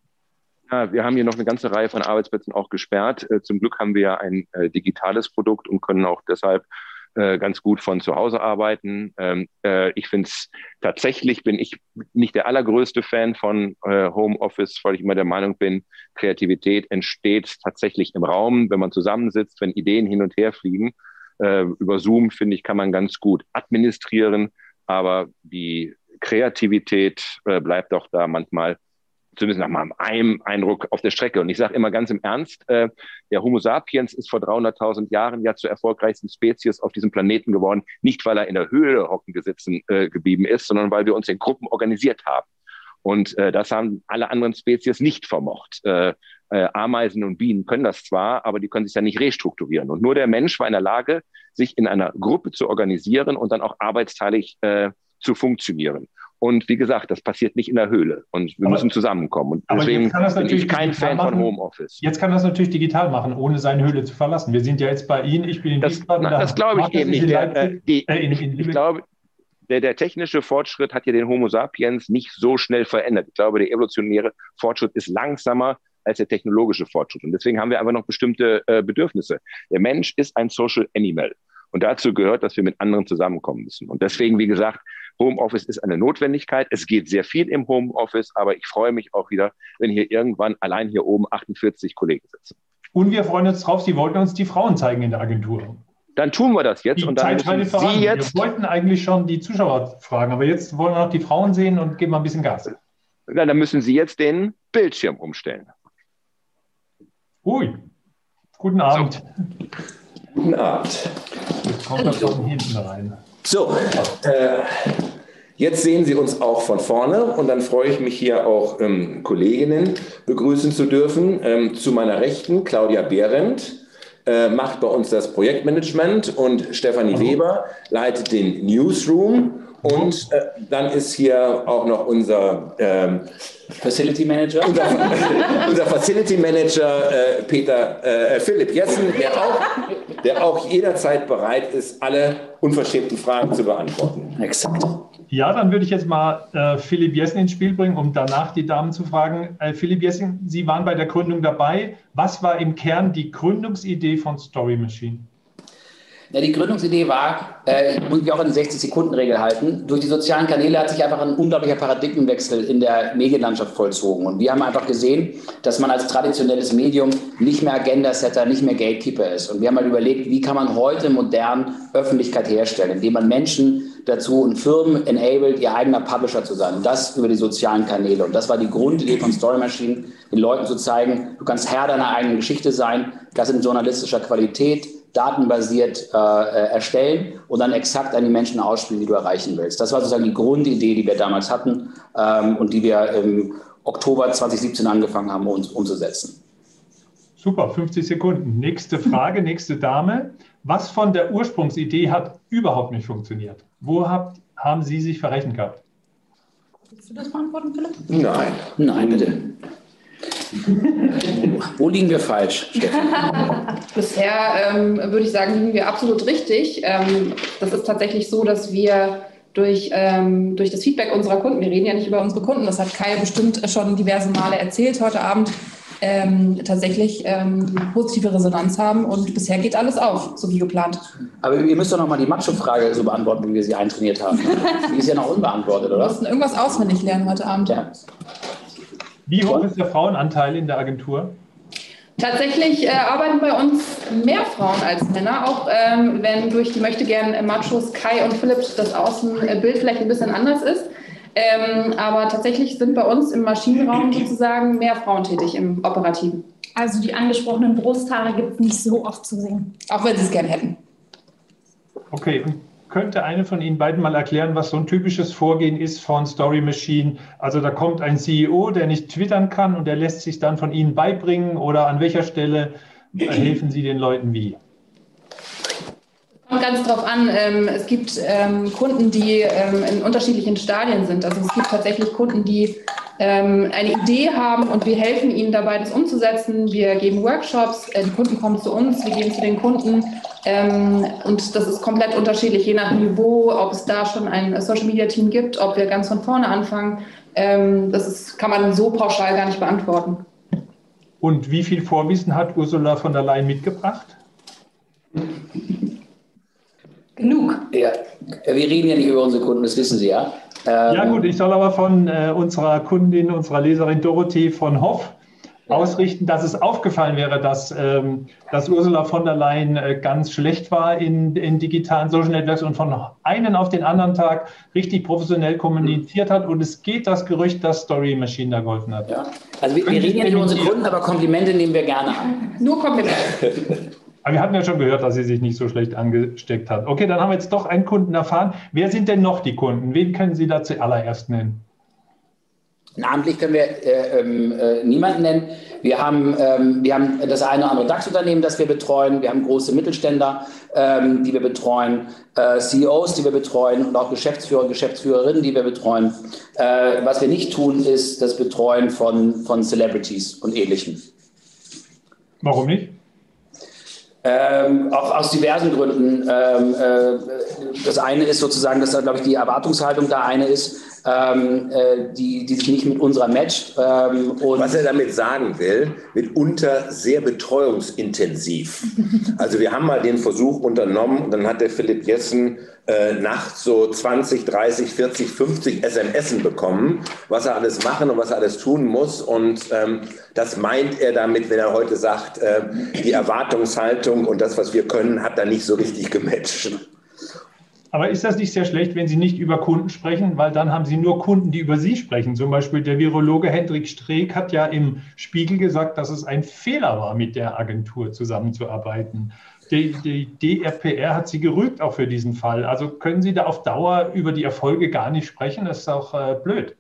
Ja, wir haben hier noch eine ganze Reihe von Arbeitsplätzen auch gesperrt. Äh, zum Glück haben wir ja ein äh, digitales Produkt und können auch deshalb äh, ganz gut von zu Hause arbeiten. Ähm, äh, ich finde es tatsächlich, bin ich nicht der allergrößte Fan von äh, Homeoffice, weil ich immer der Meinung bin, Kreativität entsteht tatsächlich im Raum, wenn man zusammensitzt, wenn Ideen hin und her fliegen. Äh, über Zoom, finde ich, kann man ganz gut administrieren, aber die Kreativität äh, bleibt doch da manchmal, zumindest nach meinem Eindruck, auf der Strecke. Und ich sage immer ganz im Ernst, äh, der Homo sapiens ist vor dreihunderttausend Jahren ja zur erfolgreichsten Spezies auf diesem Planeten geworden, nicht weil er in der Höhle hocken gesitzen, äh, geblieben ist, sondern weil wir uns in Gruppen organisiert haben. Und äh, das haben alle anderen Spezies nicht vermocht. Äh, äh, Ameisen und Bienen können das zwar, aber die können sich ja nicht restrukturieren. Und nur der Mensch war in der Lage, sich in einer Gruppe zu organisieren und dann auch arbeitsteilig äh, zu funktionieren. Und wie gesagt, das passiert nicht in der Höhle. Und wir aber, müssen zusammenkommen. Und deswegen bin ich kein Fan machen. von Homeoffice. Jetzt kann das natürlich digital machen, ohne seine Höhle zu verlassen. Wir sind ja jetzt bei Ihnen, ich bin in das, Wiesbaden. Na, das glaube ich eben nicht. Der, äh, die, äh, in, in, ich glaube, Der, der technische Fortschritt hat ja den Homo sapiens nicht so schnell verändert. Ich glaube, der evolutionäre Fortschritt ist langsamer als der technologische Fortschritt. Und deswegen haben wir aber noch bestimmte äh, Bedürfnisse. Der Mensch ist ein Social Animal. Und dazu gehört, dass wir mit anderen zusammenkommen müssen. Und deswegen, wie gesagt, Homeoffice ist eine Notwendigkeit. Es geht sehr viel im Homeoffice, aber ich freue mich auch wieder, wenn hier irgendwann allein hier oben achtundvierzig Kollegen sitzen. Und wir freuen uns drauf, Sie wollten uns die Frauen zeigen in der Agentur. Dann tun wir das jetzt. Die und dann müssen Sie jetzt. Wir wollten eigentlich schon die Zuschauer fragen, aber jetzt wollen wir noch die Frauen sehen und geben mal ein bisschen Gas. Ja, dann müssen Sie jetzt den Bildschirm umstellen. Ui, guten Abend. So. Guten Abend. Jetzt kommt das von hinten rein. So, äh, jetzt sehen Sie uns auch von vorne und dann freue ich mich hier auch ähm, Kolleginnen begrüßen zu dürfen. Ähm, zu meiner Rechten Claudia Behrendt. Äh, macht bei uns das Projektmanagement und Stefanie mhm. Weber leitet den Newsroom und äh, dann ist hier auch noch unser ähm, Facility Manager, unser, unser Facility Manager äh, Peter äh, Philipp Jessen, der auch, der auch jederzeit bereit ist, alle unverschämten Fragen zu beantworten. Exakt. Ja, dann würde ich jetzt mal äh, Philipp Jessen ins Spiel bringen, um danach die Damen zu fragen. Äh, Philipp Jessen, Sie waren bei der Gründung dabei. Was war im Kern die Gründungsidee von Story Machine? Ja, die Gründungsidee war, äh, muss ich auch an die sechzig-Sekunden-Regel halten, durch die sozialen Kanäle hat sich einfach ein unglaublicher Paradigmenwechsel in der Medienlandschaft vollzogen. Und wir haben einfach gesehen, dass man als traditionelles Medium nicht mehr Agenda-Setter, nicht mehr Gatekeeper ist. Und wir haben halt überlegt, wie kann man heute modern Öffentlichkeit herstellen, indem man Menschen dazu und Firmen enabled, ihr eigener Publisher zu sein. Und das über die sozialen Kanäle. Und das war die Grundidee von Story Machine, den Leuten zu zeigen, du kannst Herr deiner eigenen Geschichte sein, das in journalistischer Qualität, datenbasiert äh, erstellen und dann exakt an die Menschen ausspielen, die du erreichen willst. Das war sozusagen die Grundidee, die wir damals hatten ähm, und die wir im Oktober zwanzig siebzehn angefangen haben, uns umzusetzen. Super, fünfzig Sekunden. Nächste Frage, nächste Dame. Was von der Ursprungsidee hat überhaupt nicht funktioniert? Wo habt, haben Sie sich verrechnet gehabt? Willst du das beantworten, Philipp? Nein. Nein, bitte. Wo liegen wir falsch, Stefan? Bisher ähm, würde ich sagen, liegen wir absolut richtig. Ähm, das ist tatsächlich so, dass wir durch, ähm, durch das Feedback unserer Kunden, wir reden ja nicht über unsere Kunden, das hat Kai bestimmt schon diverse Male erzählt heute Abend, ähm, tatsächlich ähm, positive Resonanz haben und bisher geht alles auf, so wie geplant. Aber ihr müsst doch noch mal die Macho-Frage so beantworten, wie wir sie eintrainiert haben. Die ist ja noch unbeantwortet, oder? Wir mussten irgendwas auswendig lernen heute Abend. Ja. Wie hoch ist der Frauenanteil in der Agentur? Tatsächlich äh, arbeiten bei uns mehr Frauen als Männer, auch ähm, wenn durch die Möchtegern-Machos Kai und Philipp das Außenbild vielleicht ein bisschen anders ist. Ähm, aber tatsächlich sind bei uns im Maschinenraum sozusagen mehr Frauen tätig im Operativen. Also die angesprochenen Brusthaare gibt es nicht so oft zu sehen. Auch wenn sie es gerne hätten. Okay, und könnte eine von Ihnen beiden mal erklären, was so ein typisches Vorgehen ist von Story Machine? Also da kommt ein C E O, der nicht twittern kann und der lässt sich dann von Ihnen beibringen oder an welcher Stelle helfen Sie den Leuten wie? Kommt ganz drauf an. Ähm, es gibt ähm, Kunden, die ähm, in unterschiedlichen Stadien sind. Also es gibt tatsächlich Kunden, die ähm, eine Idee haben und wir helfen ihnen dabei, das umzusetzen. Wir geben Workshops, äh, die Kunden kommen zu uns, wir gehen zu den Kunden. Ähm, und das ist komplett unterschiedlich, je nach Niveau, ob es da schon ein Social-Media-Team gibt, ob wir ganz von vorne anfangen. Ähm, das ist, kann man so pauschal gar nicht beantworten. Und wie viel Vorwissen hat Ursula von der Leyen mitgebracht? Genug. Ja, wir reden ja nicht über unsere Kunden, das wissen Sie ja. Ähm, ja gut, ich soll aber von äh, unserer Kundin, unserer Leserin Dorothee von Hoff ausrichten, dass es aufgefallen wäre, dass, ähm, dass Ursula von der Leyen äh, ganz schlecht war in, in digitalen Social Networks und von einem auf den anderen Tag richtig professionell kommuniziert hat. Und es geht das Gerücht, dass Story Machine da geholfen hat. Ja. Also wir, wir reden ja nicht über unsere Kunden, aber Komplimente nehmen wir gerne an. Nur Komplimente. Aber wir hatten ja schon gehört, dass sie sich nicht so schlecht angesteckt hat. Okay, dann haben wir jetzt doch einen Kunden erfahren. Wer sind denn noch die Kunden? Wen können Sie da zuallererst nennen? Namentlich können wir äh, äh, niemanden nennen. Wir haben, ähm, wir haben das eine oder andere DAX-Unternehmen, das wir betreuen. Wir haben große Mittelständler, ähm, die wir betreuen, äh, C E Os, die wir betreuen und auch Geschäftsführer und Geschäftsführerinnen, die wir betreuen. Äh, was wir nicht tun, ist das Betreuen von, von Celebrities und Ähnlichem. Warum nicht? Ähm, auch aus diversen Gründen. Ähm, äh, das eine ist sozusagen, dass da, glaube ich, die Erwartungshaltung da eine ist, ähm, äh, die, die sich nicht mit unserer matcht. Ähm, und Was er damit sagen will, mitunter sehr betreuungsintensiv. Also wir haben mal den Versuch unternommen und dann hat der Philipp Jessen äh, nachts so zwanzig, dreißig, vierzig, fünfzig S M S bekommen, was er alles machen und was er alles tun muss. Und ähm, das meint er damit, wenn er heute sagt, äh, die Erwartungshaltung und das, was wir können, hat da nicht so richtig gematcht. Aber ist das nicht sehr schlecht, wenn Sie nicht über Kunden sprechen? Weil dann haben Sie nur Kunden, die über Sie sprechen. Zum Beispiel der Virologe Hendrik Streeck hat ja im Spiegel gesagt, dass es ein Fehler war, mit der Agentur zusammenzuarbeiten. Die, die D R P R hat Sie gerügt auch für diesen Fall. Also können Sie da auf Dauer über die Erfolge gar nicht sprechen? Das ist auch äh, blöd.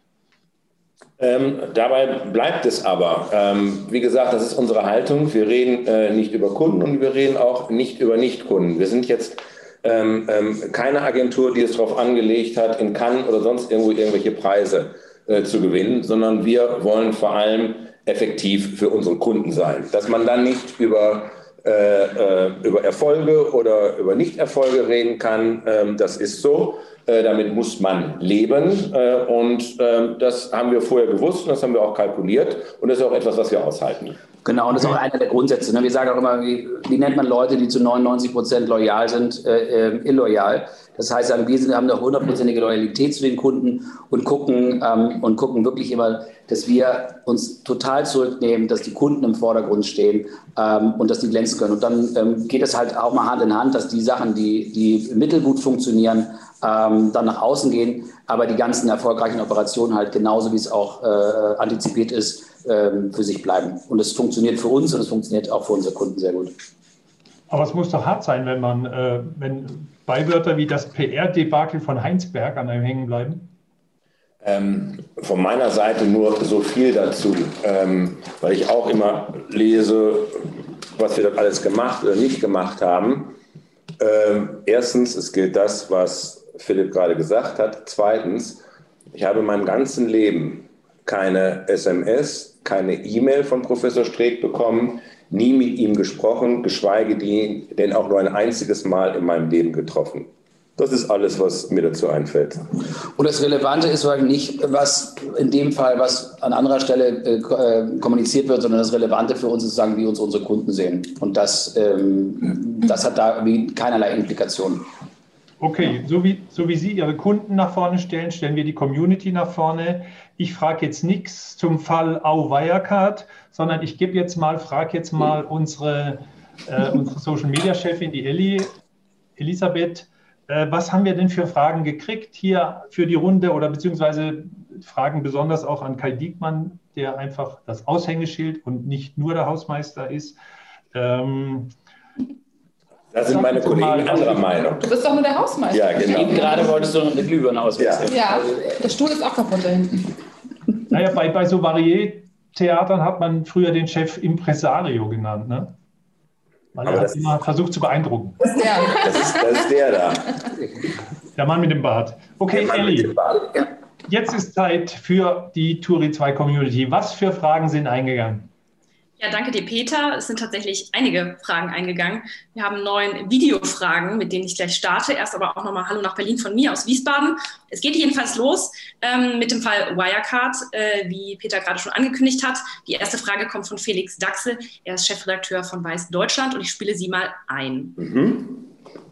Ähm, dabei bleibt es aber. Ähm, wie gesagt, das ist unsere Haltung. Wir reden äh, nicht über Kunden und wir reden auch nicht über Nichtkunden. Wir sind jetzt Ähm, ähm, keine Agentur, die es darauf angelegt hat, in Cannes oder sonst irgendwo irgendwelche Preise äh, zu gewinnen, sondern wir wollen vor allem effektiv für unsere Kunden sein. Dass man dann nicht über, äh, äh, über Erfolge oder über Nichterfolge reden kann, äh, das ist so. Äh, damit muss man leben äh, und äh, das haben wir vorher gewusst und das haben wir auch kalkuliert und das ist auch etwas, was wir aushalten. Genau, und das ist auch einer der Grundsätze. Ne? Wir sagen auch immer, wie, wie nennt man Leute, die zu neunundneunzig Prozent loyal sind, äh, äh, illoyal. Das heißt, wir sind, haben eine hundertprozentige Loyalität zu den Kunden und gucken, ähm, und gucken wirklich immer, dass wir uns total zurücknehmen, dass die Kunden im Vordergrund stehen ähm, und dass die glänzen können. Und dann ähm, geht es halt auch mal Hand in Hand, dass die Sachen, die, die mittelgut funktionieren, ähm, dann nach außen gehen, aber die ganzen erfolgreichen Operationen halt genauso, wie es auch äh, antizipiert ist, ähm, für sich bleiben. Und es funktioniert für uns und es funktioniert auch für unsere Kunden sehr gut. Aber es muss doch hart sein, wenn man, äh, wenn Beiwörter wie das P R-Debakel von Heinsberg an einem hängen bleiben? Ähm, von meiner Seite nur so viel dazu, ähm, weil ich auch immer lese, was wir dort alles gemacht oder nicht gemacht haben. Ähm, erstens, es gilt das, was Philipp gerade gesagt hat. Zweitens, ich habe in meinem ganzen Leben keine S M S, keine E-Mail von Professor Streeck bekommen, nie mit ihm gesprochen, geschweige denn auch nur ein einziges Mal in meinem Leben getroffen. Das ist alles, was mir dazu einfällt. Und das Relevante ist nicht, was in dem Fall, was an anderer Stelle äh, kommuniziert wird, sondern das Relevante für uns ist, sagen, wie uns unsere Kunden sehen. Und das, ähm, das hat da wie keinerlei Implikationen. Okay, so wie, so wie Sie Ihre Kunden nach vorne stellen, stellen wir die Community nach vorne. Ich frage jetzt nichts zum Fall Au Wirecard, sondern ich gebe jetzt mal, frage jetzt mal unsere, äh, unsere Social-Media-Chefin, die Elli, Elisabeth, äh, was haben wir denn für Fragen gekriegt hier für die Runde oder beziehungsweise Fragen besonders auch an Kai Diekmann, der einfach das Aushängeschild und nicht nur der Hausmeister ist. Ähm, Da sind meine Kollegen anderer Meinung. Du bist doch nur der Hausmeister. Ja, genau. Eben gerade wolltest du noch eine Glühbirne auswechseln. Ja, der Stuhl ist auch kaputt da hinten. Naja, bei, bei so Varieté-Theatern hat man früher den Chef Impresario genannt, ne? Weil Aber er das hat immer versucht zu beeindrucken. Ja. Das ist, das ist der da. Der Mann mit dem Bart. Okay, Der Mann mit Elli, dem Bart. Ja. jetzt ist Zeit für die Turi zwei Community. Was für Fragen sind eingegangen? Ja, danke dir, Peter. Es sind tatsächlich einige Fragen eingegangen. Wir haben neun Videofragen, mit denen ich gleich starte. Erst aber auch nochmal Hallo nach Berlin von mir aus Wiesbaden. Es geht jedenfalls los ähm, mit dem Fall Wirecard, äh, wie Peter gerade schon angekündigt hat. Die erste Frage kommt von Felix Dachsel. Er ist Chefredakteur von Weiß Deutschland und ich spiele sie mal ein. Mhm.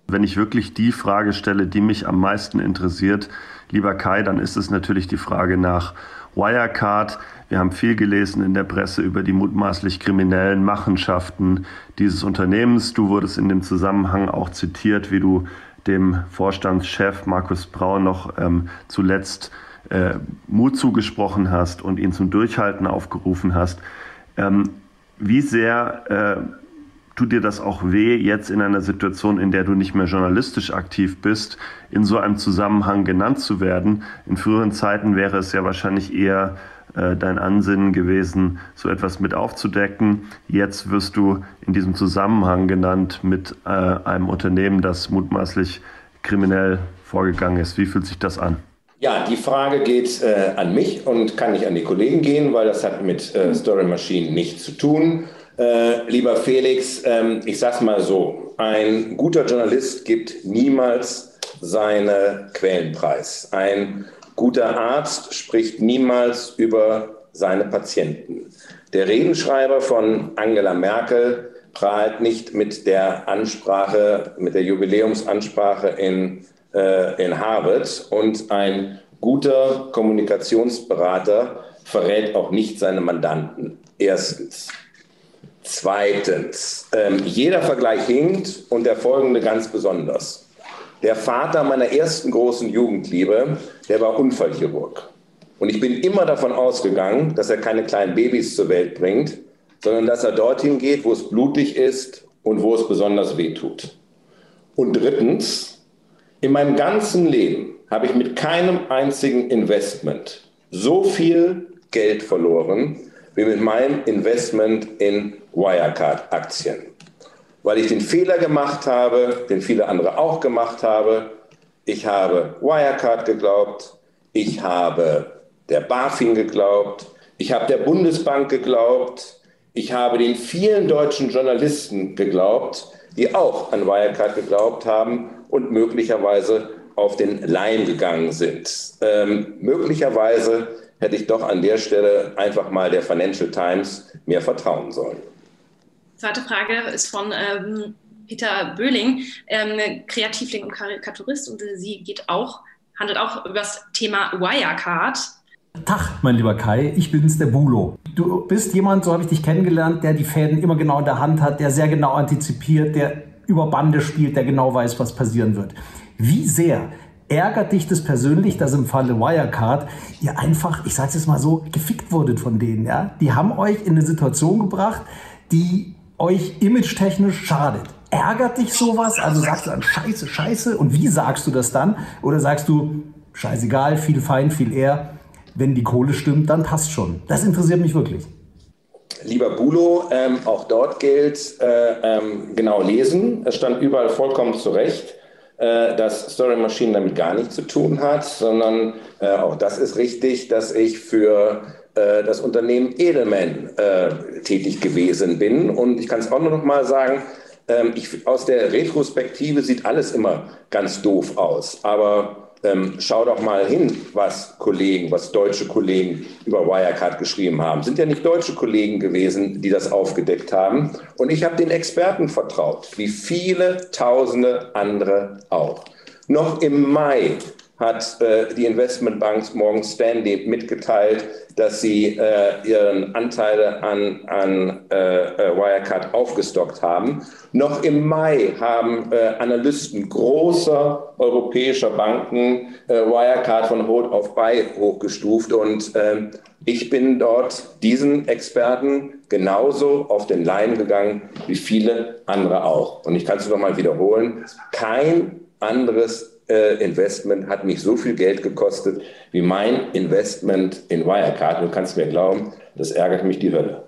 Wenn ich wirklich die Frage stelle, die mich am meisten interessiert, lieber Kai, dann ist es natürlich die Frage nach Wirecard. Wir haben viel gelesen in der Presse über die mutmaßlich kriminellen Machenschaften dieses Unternehmens. Du wurdest in dem Zusammenhang auch zitiert, wie du dem Vorstandschef Markus Braun noch ähm, zuletzt äh, Mut zugesprochen hast und ihn zum Durchhalten aufgerufen hast. Ähm, wie sehr äh, tut dir das auch weh, jetzt in einer Situation, in der du nicht mehr journalistisch aktiv bist, in so einem Zusammenhang genannt zu werden? In früheren Zeiten wäre es ja wahrscheinlich eher äh, dein Ansinnen gewesen, so etwas mit aufzudecken. Jetzt wirst du in diesem Zusammenhang genannt mit äh, einem Unternehmen, das mutmaßlich kriminell vorgegangen ist. Wie fühlt sich das an? Ja, die Frage geht äh, an mich und kann nicht an die Kollegen gehen, weil das hat mit äh, Story Machine nichts zu tun. Äh, lieber Felix, ähm, ich sag's mal so, ein guter Journalist gibt niemals seine Quellen preis. Ein guter Arzt spricht niemals über seine Patienten. Der Redenschreiber von Angela Merkel prahlt nicht mit der Ansprache, mit der Jubiläumsansprache in, äh, in Harvard, und ein guter Kommunikationsberater verrät auch nicht seine Mandanten. Erstens. Zweitens, ähm, jeder Vergleich hinkt und der folgende ganz besonders. Der Vater meiner ersten großen Jugendliebe, der war Unfallchirurg. Und ich bin immer davon ausgegangen, dass er keine kleinen Babys zur Welt bringt, sondern dass er dorthin geht, wo es blutig ist und wo es besonders weh tut. Und drittens, in meinem ganzen Leben habe ich mit keinem einzigen Investment so viel Geld verloren, wie mit meinem Investment in Wirecard-Aktien. Weil ich den Fehler gemacht habe, den viele andere auch gemacht haben. Ich habe Wirecard geglaubt, ich habe der BaFin geglaubt, ich habe der Bundesbank geglaubt, ich habe den vielen deutschen Journalisten geglaubt, die auch an Wirecard geglaubt haben und möglicherweise auf den Leim gegangen sind. Ähm, möglicherweise hätte ich doch an der Stelle einfach mal der Financial Times mehr vertrauen sollen. Zweite Frage ist von ähm, Peter Böhling, ähm, Kreativling und Karikaturist, und äh, sie geht auch, handelt auch über das Thema Wirecard. Tag, mein lieber Kai, ich bin's, der Bulo. Du bist jemand, so habe ich dich kennengelernt, der die Fäden immer genau in der Hand hat, der sehr genau antizipiert, der über Bande spielt, der genau weiß, was passieren wird. Wie sehr ärgert dich das persönlich, dass im Falle Wirecard ihr einfach, ich sag's jetzt mal so, gefickt wurdet von denen, ja? Die haben euch in eine Situation gebracht, die euch image-technisch schadet. Ärgert dich sowas? Also sagst du dann Scheiße, Scheiße? Und wie sagst du das dann? Oder sagst du, scheißegal, viel fein, viel eher, wenn die Kohle stimmt, dann passt schon. Das interessiert mich wirklich. Lieber Bulo, ähm, auch dort gilt, äh, ähm, genau lesen. Es stand überall vollkommen zurecht, äh, dass Story Machine damit gar nichts zu tun hat, sondern äh, auch das ist richtig, dass ich für äh, das Unternehmen Edelman äh, tätig gewesen bin. Und ich kann es auch nur noch mal sagen, ähm, ich, aus der Retrospektive sieht alles immer ganz doof aus. Aber Ähm, schau doch mal hin, was Kollegen, was deutsche Kollegen über Wirecard geschrieben haben. Sind ja nicht deutsche Kollegen gewesen, die das aufgedeckt haben. Und ich habe den Experten vertraut, wie viele Tausende andere auch. Noch im Mai hat äh, die Investmentbank Morgan Stanley mitgeteilt, dass sie äh, ihren Anteile an, an äh, Wirecard aufgestockt haben. Noch im Mai haben äh, Analysten großer europäischer Banken äh, Wirecard von Hold auf Buy hochgestuft. Und äh, ich bin dort diesen Experten genauso auf den Leim gegangen wie viele andere auch. Und ich kann es noch mal wiederholen, kein anderes Investment hat mich so viel Geld gekostet wie mein Investment in Wirecard. Du kannst mir glauben, das ärgert mich die Hölle.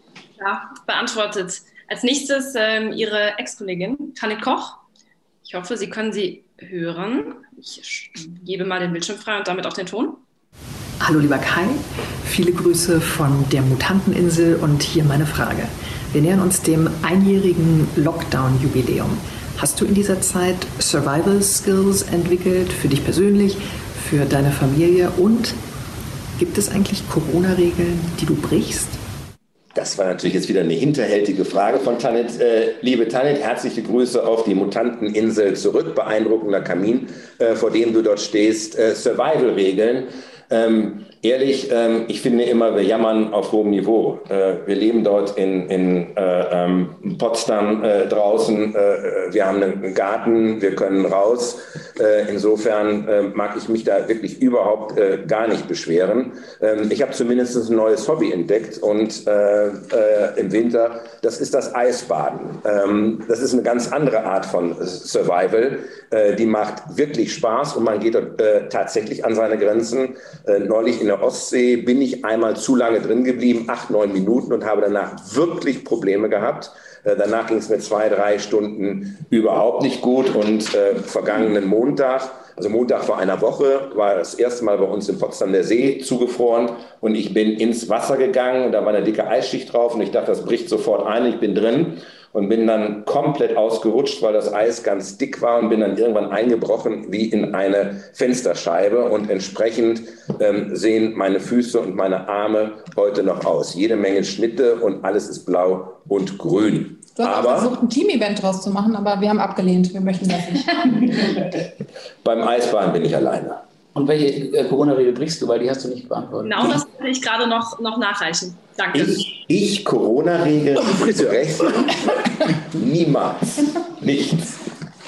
Ja, beantwortet. Als nächstes ähm, Ihre Ex-Kollegin, Tanit Koch. Ich hoffe, Sie können sie hören. Ich gebe mal den Bildschirm frei und damit auch den Ton. Hallo lieber Kai, viele Grüße von der Mutanteninsel und hier meine Frage. Wir nähern uns dem einjährigen Lockdown-Jubiläum. Hast du in dieser Zeit Survival Skills entwickelt, für dich persönlich, für deine Familie? Und gibt es eigentlich Corona-Regeln, die du brichst? Das war natürlich jetzt wieder eine hinterhältige Frage von Tanit. Äh, liebe Tanit, herzliche Grüße auf die Mutanteninsel zurück. Beeindruckender Kamin, äh, vor dem du dort stehst. Äh, Survival-Regeln. Ähm, ehrlich, ähm, ich finde immer, wir jammern auf hohem Niveau. Äh, wir leben dort in, in äh, ähm, Potsdam äh, draußen. Äh, wir haben einen Garten, wir können raus. Äh, insofern äh, mag ich mich da wirklich überhaupt äh, gar nicht beschweren. Ähm, ich habe zumindest ein neues Hobby entdeckt und äh, äh, im Winter, das ist das Eisbaden. Ähm, das ist eine ganz andere Art von Survival. Äh, die macht wirklich Spaß und man geht dort äh, tatsächlich an seine Grenzen. Äh, neulich in der Ostsee bin ich einmal zu lange drin geblieben, acht, neun Minuten, und habe danach wirklich Probleme gehabt. Äh, danach ging es mir zwei, drei Stunden überhaupt nicht gut. Und äh, vergangenen Montag, also Montag vor einer Woche, war das erste Mal bei uns in Potsdam der See zugefroren und ich bin ins Wasser gegangen und da war eine dicke Eisschicht drauf und ich dachte, das bricht sofort ein, ich bin drin. Und bin dann komplett ausgerutscht, weil das Eis ganz dick war, und bin dann irgendwann eingebrochen wie in eine Fensterscheibe. Und entsprechend ähm, sehen meine Füße und meine Arme heute noch aus. Jede Menge Schnitte und alles ist blau und grün. Du hast aber auch versucht, ein Team-Event draus zu machen, aber wir haben abgelehnt. Wir möchten das nicht. Beim Eisbahn bin ich alleine. Und welche äh, Corona-Regel brichst du? Weil die hast du nicht beantwortet. Genau, das wollte ich gerade noch, noch nachreichen. Danke. Ich, ich Corona-Regel brechen? Niemals. Nichts.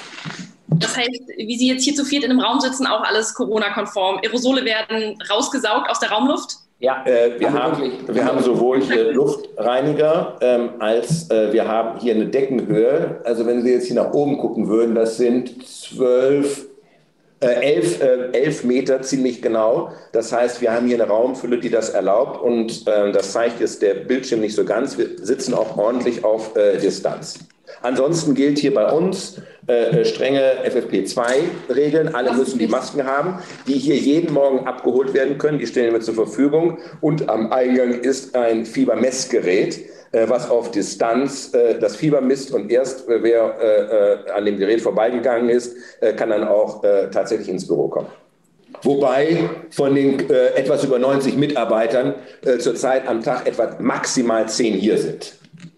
Das heißt, wie Sie jetzt hier zu viert in einem Raum sitzen, auch alles Corona-konform. Aerosole werden rausgesaugt aus der Raumluft? Ja. Äh, wir, haben, wir haben sowohl hier Luftreiniger ähm, als äh, wir haben hier eine Deckenhöhe. Also wenn Sie jetzt hier nach oben gucken würden, das sind zwölf, äh, elf, äh, elf Meter ziemlich genau. Das heißt, wir haben hier eine Raumfülle, die das erlaubt, und äh, das zeigt jetzt der Bildschirm nicht so ganz. Wir sitzen auch ordentlich auf äh, Distanz. Ansonsten gilt hier bei uns äh, strenge F F P zwei Regeln. Alle müssen die Masken haben, die hier jeden Morgen abgeholt werden können. Die stellen wir zur Verfügung. Und am Eingang ist ein Fiebermessgerät, äh, was auf Distanz äh, das Fieber misst. Und erst äh, wer äh, an dem Gerät vorbeigegangen ist, äh, kann dann auch äh, tatsächlich ins Büro kommen. Wobei von den äh, etwas über neunzig Mitarbeitern äh, zurzeit am Tag etwa maximal zehn hier sind.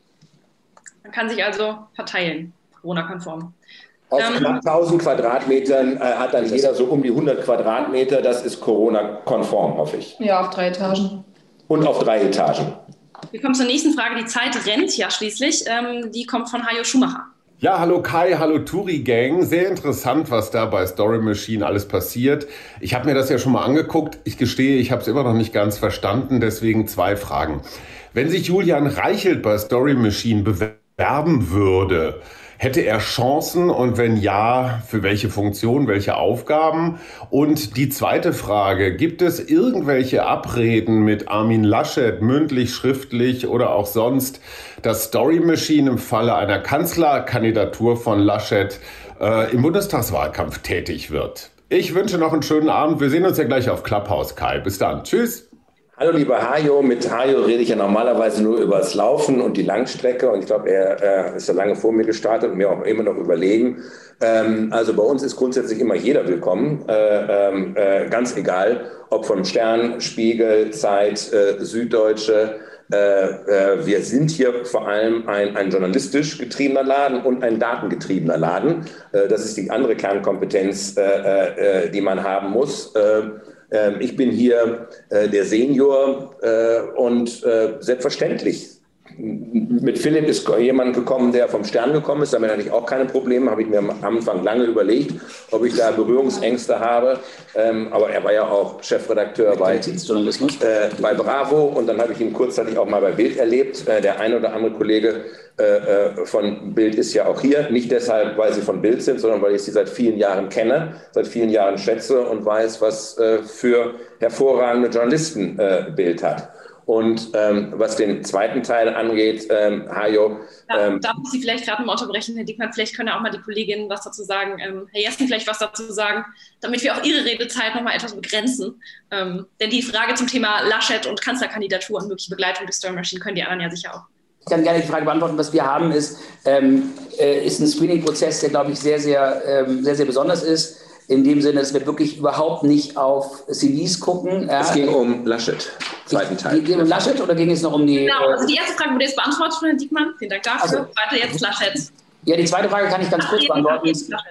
Man kann sich also verteilen, Corona-konform. Auf ähm, knapp tausend Quadratmetern äh, hat dann jeder so um die hundert Quadratmeter. Das ist Corona-konform, hoffe ich. Ja, auf drei Etagen. Und auf drei Etagen. Wir kommen zur nächsten Frage. Die Zeit rennt ja schließlich. Ähm, die kommt von Hajo Schumacher. Ja, hallo Kai, hallo Turi-Gang. Sehr interessant, was da bei Story Machine alles passiert. Ich habe mir das ja schon mal angeguckt. Ich gestehe, ich habe es immer noch nicht ganz verstanden. Deswegen zwei Fragen. Wenn sich Julian Reichelt bei Story Machine bewerben würde, hätte er Chancen, und wenn ja, für welche Funktion, welche Aufgaben? Und die zweite Frage, gibt es irgendwelche Abreden mit Armin Laschet, mündlich, schriftlich oder auch sonst, dass Story Machine im Falle einer Kanzlerkandidatur von Laschet äh, im Bundestagswahlkampf tätig wird? Ich wünsche noch einen schönen Abend. Wir sehen uns ja gleich auf Clubhouse, Kai. Bis dann. Tschüss. Hallo lieber Hajo, mit Hajo rede ich ja normalerweise nur über das Laufen und die Langstrecke, und ich glaube, er äh, ist ja lange vor mir gestartet und mir auch immer noch überlegen. Ähm, also bei uns ist grundsätzlich immer jeder willkommen, äh, äh, ganz egal, ob vom Stern, Spiegel, Zeit, äh, Süddeutsche. Äh, äh, wir sind hier vor allem ein, ein journalistisch getriebener Laden und ein datengetriebener Laden. Äh, das ist die andere Kernkompetenz, äh, äh, die man haben muss. Äh, Ich bin hier äh, der Senior äh, und äh, selbstverständlich. Mit Philipp ist jemand gekommen, der vom Stern gekommen ist. Damit hatte ich auch keine Probleme. Habe ich mir am Anfang lange überlegt, ob ich da Berührungsängste habe. Ähm, aber er war ja auch Chefredakteur bei, äh, bei Bravo. Und dann habe ich ihn kurzzeitig auch mal bei Bild erlebt. Äh, der eine oder andere Kollege äh, von Bild ist ja auch hier. Nicht deshalb, weil sie von Bild sind, sondern weil ich sie seit vielen Jahren kenne, seit vielen Jahren schätze und weiß, was äh, für hervorragende Journalisten äh, Bild hat. Und ähm, was den zweiten Teil angeht, ähm, Hajo. Ja, ähm, darf ich Sie vielleicht gerade mal unterbrechen, Herr Diekmann? Vielleicht können ja auch mal die Kolleginnen was dazu sagen. Ähm, Herr Jessen vielleicht was dazu sagen, damit wir auch Ihre Redezeit noch mal etwas begrenzen. Ähm, denn die Frage zum Thema Laschet und Kanzlerkandidatur und mögliche Begleitung des Story Machine können die anderen ja sicher auch. Ich kann gerne die Frage beantworten. Was wir haben, ist, ähm, äh, ist ein Screening-Prozess, der, glaube ich, sehr, sehr, ähm, sehr, sehr besonders ist. in dem Sinne, dass wir wirklich überhaupt nicht auf C Vs gucken. Es ging um Laschet, zweiten Teil. Ging es um Laschet oder ging es noch um die... Genau, also die erste Frage wurde jetzt beantwortet von Herrn Diekmann. Vielen Dank dafür. Also, weiter jetzt Laschet. Ja, die zweite Frage kann ich ganz kurz beantworten.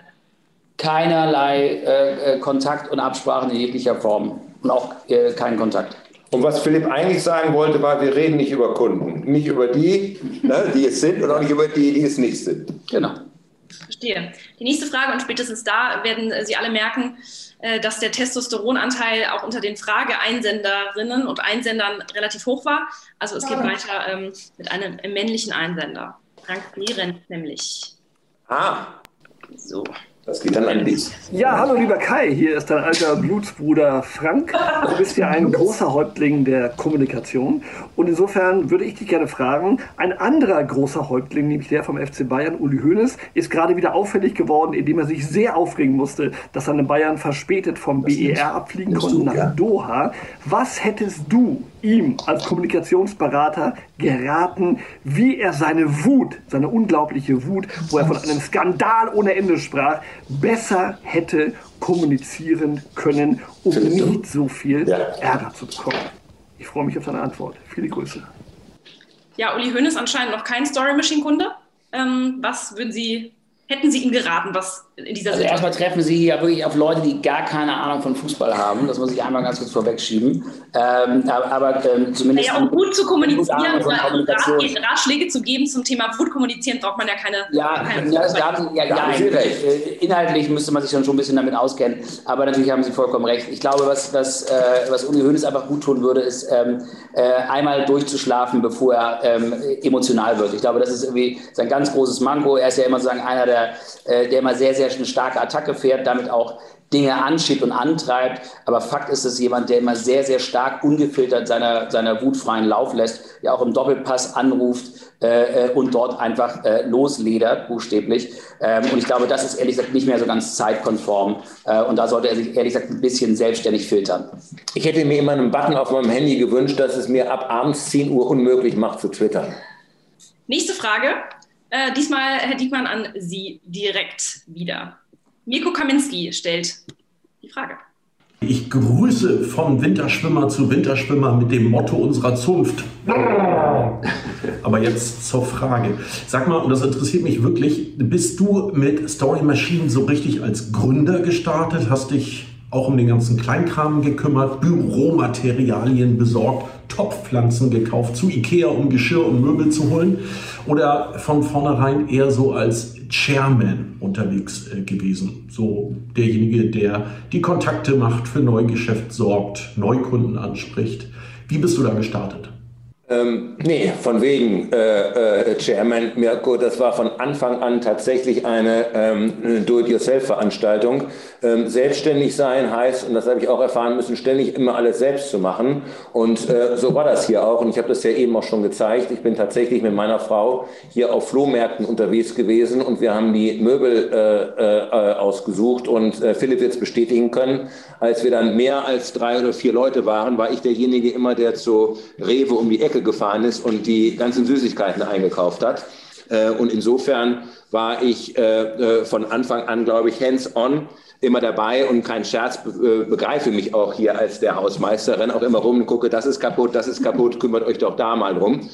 Keinerlei äh, Kontakt und Absprachen in jeglicher Form und auch äh, keinen Kontakt. Und was Philipp eigentlich sagen wollte, war, wir reden nicht über Kunden. Nicht über die, ne, die es sind, und auch nicht über die, die es nicht sind. Genau. Verstehe. Die nächste Frage, und spätestens da werden Sie alle merken, dass der Testosteronanteil auch unter den Frage-Einsenderinnen und Einsendern relativ hoch war. Also es geht ja. weiter ähm, mit einem männlichen Einsender. Frank Behrendt nämlich. Ah. So. Das geht dann an dich. Ja, hallo lieber Kai, hier ist dein alter Blutsbruder Frank. Du bist ja ein großer Häuptling der Kommunikation. Und insofern würde ich dich gerne fragen, ein anderer großer Häuptling, nämlich der vom F C Bayern, Uli Hoeneß, ist gerade wieder auffällig geworden, indem er sich sehr aufregen musste, dass seine Bayern verspätet vom B E R abfliegen konnten nach Doha. Was hättest du ihm als Kommunikationsberater geraten, wie er seine Wut, seine unglaubliche Wut, wo er von einem Skandal ohne Ende sprach, besser hätte kommunizieren können, um nicht so viel Ärger zu bekommen? Ich freue mich auf deine Antwort. Viele Grüße. Ja, Uli Hoeneß anscheinend noch kein Story Machine Kunde. Ähm, was würden Sie, hätten Sie ihm geraten, was in dieser also Situation? Erstmal treffen Sie ja wirklich auf Leute, die gar keine Ahnung von Fußball haben. Das muss ich einmal ganz kurz vorwegschieben. Ähm, aber aber ähm, zumindest... Ja, um gut zu kommunizieren oder Kommunikation. Ratschläge zu geben zum Thema gut kommunizieren, braucht man ja keine... Ja, keine ja, das haben, ja, ja inhaltlich müsste man sich schon, schon ein bisschen damit auskennen. Aber natürlich haben Sie vollkommen recht. Ich glaube, was, was, äh, was Uli Hoeneß einfach gut tun würde, ist ähm, äh, einmal durchzuschlafen, bevor er ähm, emotional wird. Ich glaube, das ist irgendwie sein ganz großes Manko. Er ist ja immer sozusagen einer, der, äh, der immer sehr, sehr eine starke Attacke fährt, damit auch Dinge anschiebt und antreibt. Aber Fakt ist, es jemand, der immer sehr, sehr stark ungefiltert seiner, seiner Wut freien Lauf lässt, der auch im Doppelpass anruft äh, und dort einfach äh, losledert, buchstäblich. Ähm, und ich glaube, das ist ehrlich gesagt nicht mehr so ganz zeitkonform. Äh, und da sollte er sich ehrlich gesagt ein bisschen selbstständig filtern. Ich hätte mir immer einen Button auf meinem Handy gewünscht, dass es mir ab abends zehn Uhr unmöglich macht zu twittern. Nächste Frage. Äh, diesmal, Herr Diekmann, an Sie direkt wieder. Mirko Kaminski stellt die Frage. Ich grüße von Winterschwimmer zu Winterschwimmer mit dem Motto unserer Zunft. Aber jetzt zur Frage. Sag mal, und das interessiert mich wirklich, bist du mit Story Machine so richtig als Gründer gestartet? Hast dich auch um den ganzen Kleinkram gekümmert, Büromaterialien besorgt, Topfpflanzen gekauft, zu Ikea, um Geschirr und Möbel zu holen? Oder von vornherein eher so als Chairman unterwegs äh, gewesen? So derjenige, der die Kontakte macht, für Neugeschäft sorgt, Neukunden anspricht. Wie bist du da gestartet? Ähm, nee, von wegen äh, äh, Chairman Mirko, das war von Anfang an tatsächlich eine ähm, Do-it-yourself-Veranstaltung. Ähm, selbstständig sein heißt, und das habe ich auch erfahren müssen, ständig immer alles selbst zu machen. Und äh, so war das hier auch. Und ich habe das ja eben auch schon gezeigt. Ich bin tatsächlich mit meiner Frau hier auf Flohmärkten unterwegs gewesen und wir haben die Möbel äh, äh, ausgesucht. Und äh, Philipp wird es bestätigen können, als wir dann mehr als drei oder vier Leute waren, war ich derjenige immer, der zu Rewe um die Ecke gefahren ist und die ganzen Süßigkeiten eingekauft hat. Äh, und insofern war ich äh, von Anfang an, glaube ich, hands-on immer dabei und kein Scherz, be- begreife mich auch hier als der Hausmeister, renne auch immer rum und gucke, das ist kaputt, das ist kaputt, kümmert euch doch da mal drum.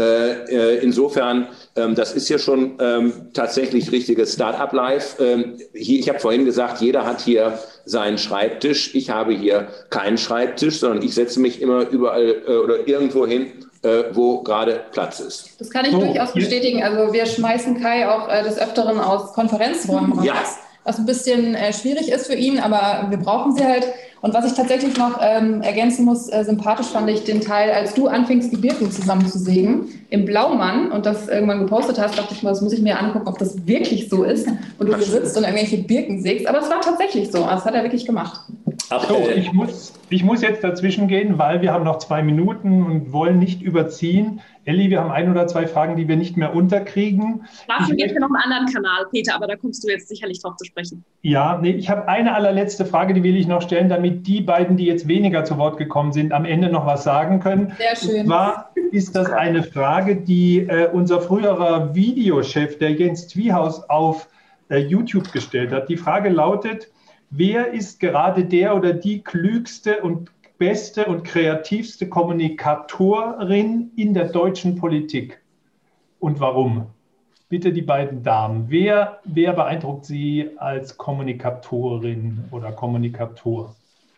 Äh, äh, insofern, ähm, das ist ja schon ähm, tatsächlich richtiges Start-up-Life. Ähm, hier, ich habe vorhin gesagt, jeder hat hier seinen Schreibtisch. Ich habe hier keinen Schreibtisch, sondern ich setze mich immer überall äh, oder irgendwo hin, äh, wo gerade Platz ist. Das kann ich oh, durchaus bestätigen. Also wir schmeißen Kai auch äh, des Öfteren aus Konferenzräumen raus. Ja. Was ein bisschen äh, schwierig ist für ihn, aber wir brauchen sie halt. Und was ich tatsächlich noch ähm, ergänzen muss, äh, sympathisch fand ich den Teil, als du anfingst, die Birken zusammenzusägen im Blaumann und das irgendwann gepostet hast, dachte ich mal, das muss ich mir angucken, ob das wirklich so ist und du hier sitzt und irgendwelche Birken sägst. Aber es war tatsächlich so, das hat er wirklich gemacht. So, ich muss, ich muss jetzt dazwischen gehen, weil wir haben noch zwei Minuten und wollen nicht überziehen. Elli, wir haben ein oder zwei Fragen, die wir nicht mehr unterkriegen. Dafür gibt es noch einen anderen Kanal, Peter, aber da kommst du jetzt sicherlich drauf zu sprechen. Ja, nee, ich habe eine allerletzte Frage, die will ich noch stellen, damit die beiden, die jetzt weniger zu Wort gekommen sind, am Ende noch was sagen können. Sehr schön. Und zwar ist das eine Frage, die äh, unser früherer Videochef, der Jens Twiehaus, auf äh, YouTube gestellt hat. Die Frage lautet: wer ist gerade der oder die klügste und beste und kreativste Kommunikatorin in der deutschen Politik und warum? Bitte die beiden Damen. Wer, wer beeindruckt Sie als Kommunikatorin oder Kommunikator?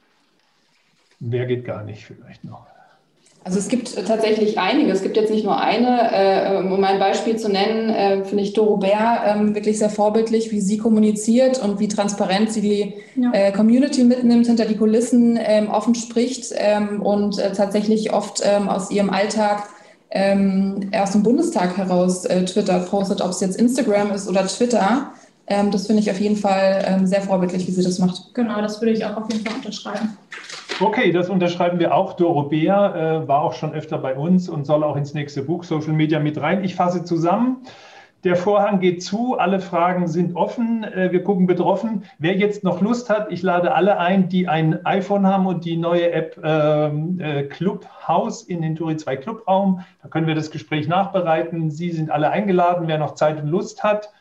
Wer geht gar nicht vielleicht noch? Also es gibt tatsächlich einige. Es gibt jetzt nicht nur eine. Äh, um ein Beispiel zu nennen, äh, finde ich Doro Bär äh, wirklich sehr vorbildlich, wie sie kommuniziert und wie transparent sie die ja. äh, Community mitnimmt, hinter die Kulissen äh, offen spricht ähm, und äh, tatsächlich oft äh, aus ihrem Alltag äh, aus dem Bundestag heraus äh, Twitter postet, ob es jetzt Instagram ist oder Twitter. Ähm, das finde ich auf jeden Fall äh, sehr vorbildlich, wie sie das macht. Genau, das würde ich auch auf jeden Fall unterschreiben. Okay, das unterschreiben wir auch. Doro Bär äh, war auch schon öfter bei uns und soll auch ins nächste Buch Social Media mit rein. Ich fasse zusammen. Der Vorhang geht zu, alle Fragen sind offen, äh, wir gucken betroffen. Wer jetzt noch Lust hat, ich lade alle ein, die ein iPhone haben und die neue App ähm, äh, Clubhouse in den Turi zwei Clubraum. Da können wir das Gespräch nachbereiten. Sie sind alle eingeladen, wer noch Zeit und Lust hat.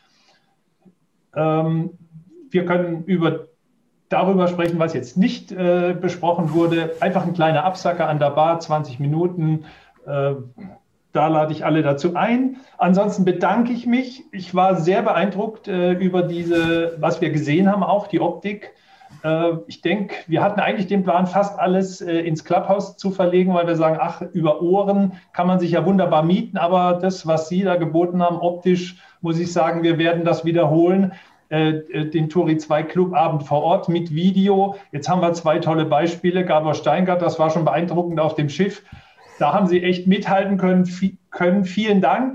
Ähm, wir können über darüber sprechen, was jetzt nicht äh, besprochen wurde. Einfach ein kleiner Absacker an der Bar, zwanzig Minuten. Äh, da lade ich alle dazu ein. Ansonsten bedanke ich mich. Ich war sehr beeindruckt äh, über diese, was wir gesehen haben, auch die Optik. Äh, ich denke, wir hatten eigentlich den Plan, fast alles äh, ins Clubhouse zu verlegen, weil wir sagen, ach, über Ohren kann man sich ja wunderbar mieten. Aber das, was Sie da geboten haben, optisch, muss ich sagen, wir werden das wiederholen. Den Turi zwei Clubabend vor Ort mit Video. Jetzt haben wir zwei tolle Beispiele. Gabor Steingart, das war schon beeindruckend auf dem Schiff. Da haben Sie echt mithalten können. können. Vielen Dank.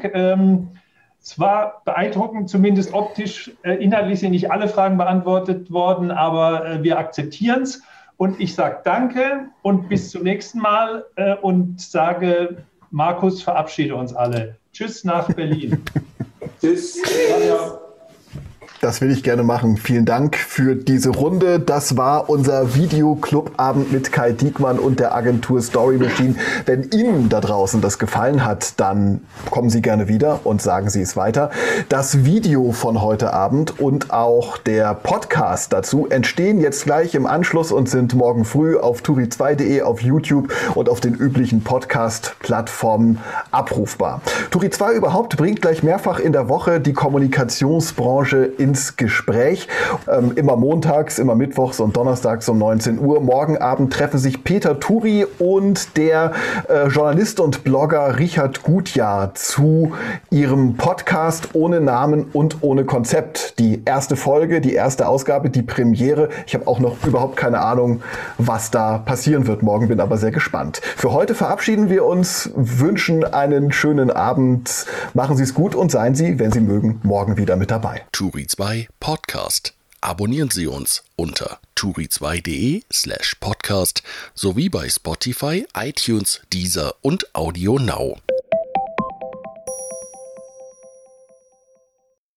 Es war beeindruckend, zumindest optisch. Inhaltlich sind nicht alle Fragen beantwortet worden, aber wir akzeptieren es. Und ich sage danke und bis zum nächsten Mal und sage, Markus, verabschiede uns alle. Tschüss nach Berlin. Tschüss. Ja. Das will ich gerne machen. Vielen Dank für diese Runde. Das war unser Videoclubabend mit Kai Diekmann und der Agentur Story Machine. Wenn Ihnen da draußen das gefallen hat, dann kommen Sie gerne wieder und sagen Sie es weiter. Das Video von heute Abend und auch der Podcast dazu entstehen jetzt gleich im Anschluss und sind morgen früh auf turi zwei punkt de, auf YouTube und auf den üblichen Podcast-Plattformen abrufbar. Turi zwei überhaupt bringt gleich mehrfach in der Woche die Kommunikationsbranche ins Gespräch. Ähm, immer montags, immer mittwochs und donnerstags um neunzehn Uhr. Morgen Abend treffen sich Peter Turi und der äh, Journalist und Blogger Richard Gutjahr zu ihrem Podcast ohne Namen und ohne Konzept. Die erste Folge, die erste Ausgabe, die Premiere. Ich habe auch noch überhaupt keine Ahnung, was da passieren wird morgen, bin aber sehr gespannt. Für heute verabschieden wir uns, wünschen einen schönen Abend. Machen Sie es gut und seien Sie, wenn Sie mögen, morgen wieder mit dabei. Turi zwei Podcast. Abonnieren Sie uns unter turi zwei punkt de slash podcast sowie bei Spotify, iTunes, Deezer und Audio Now.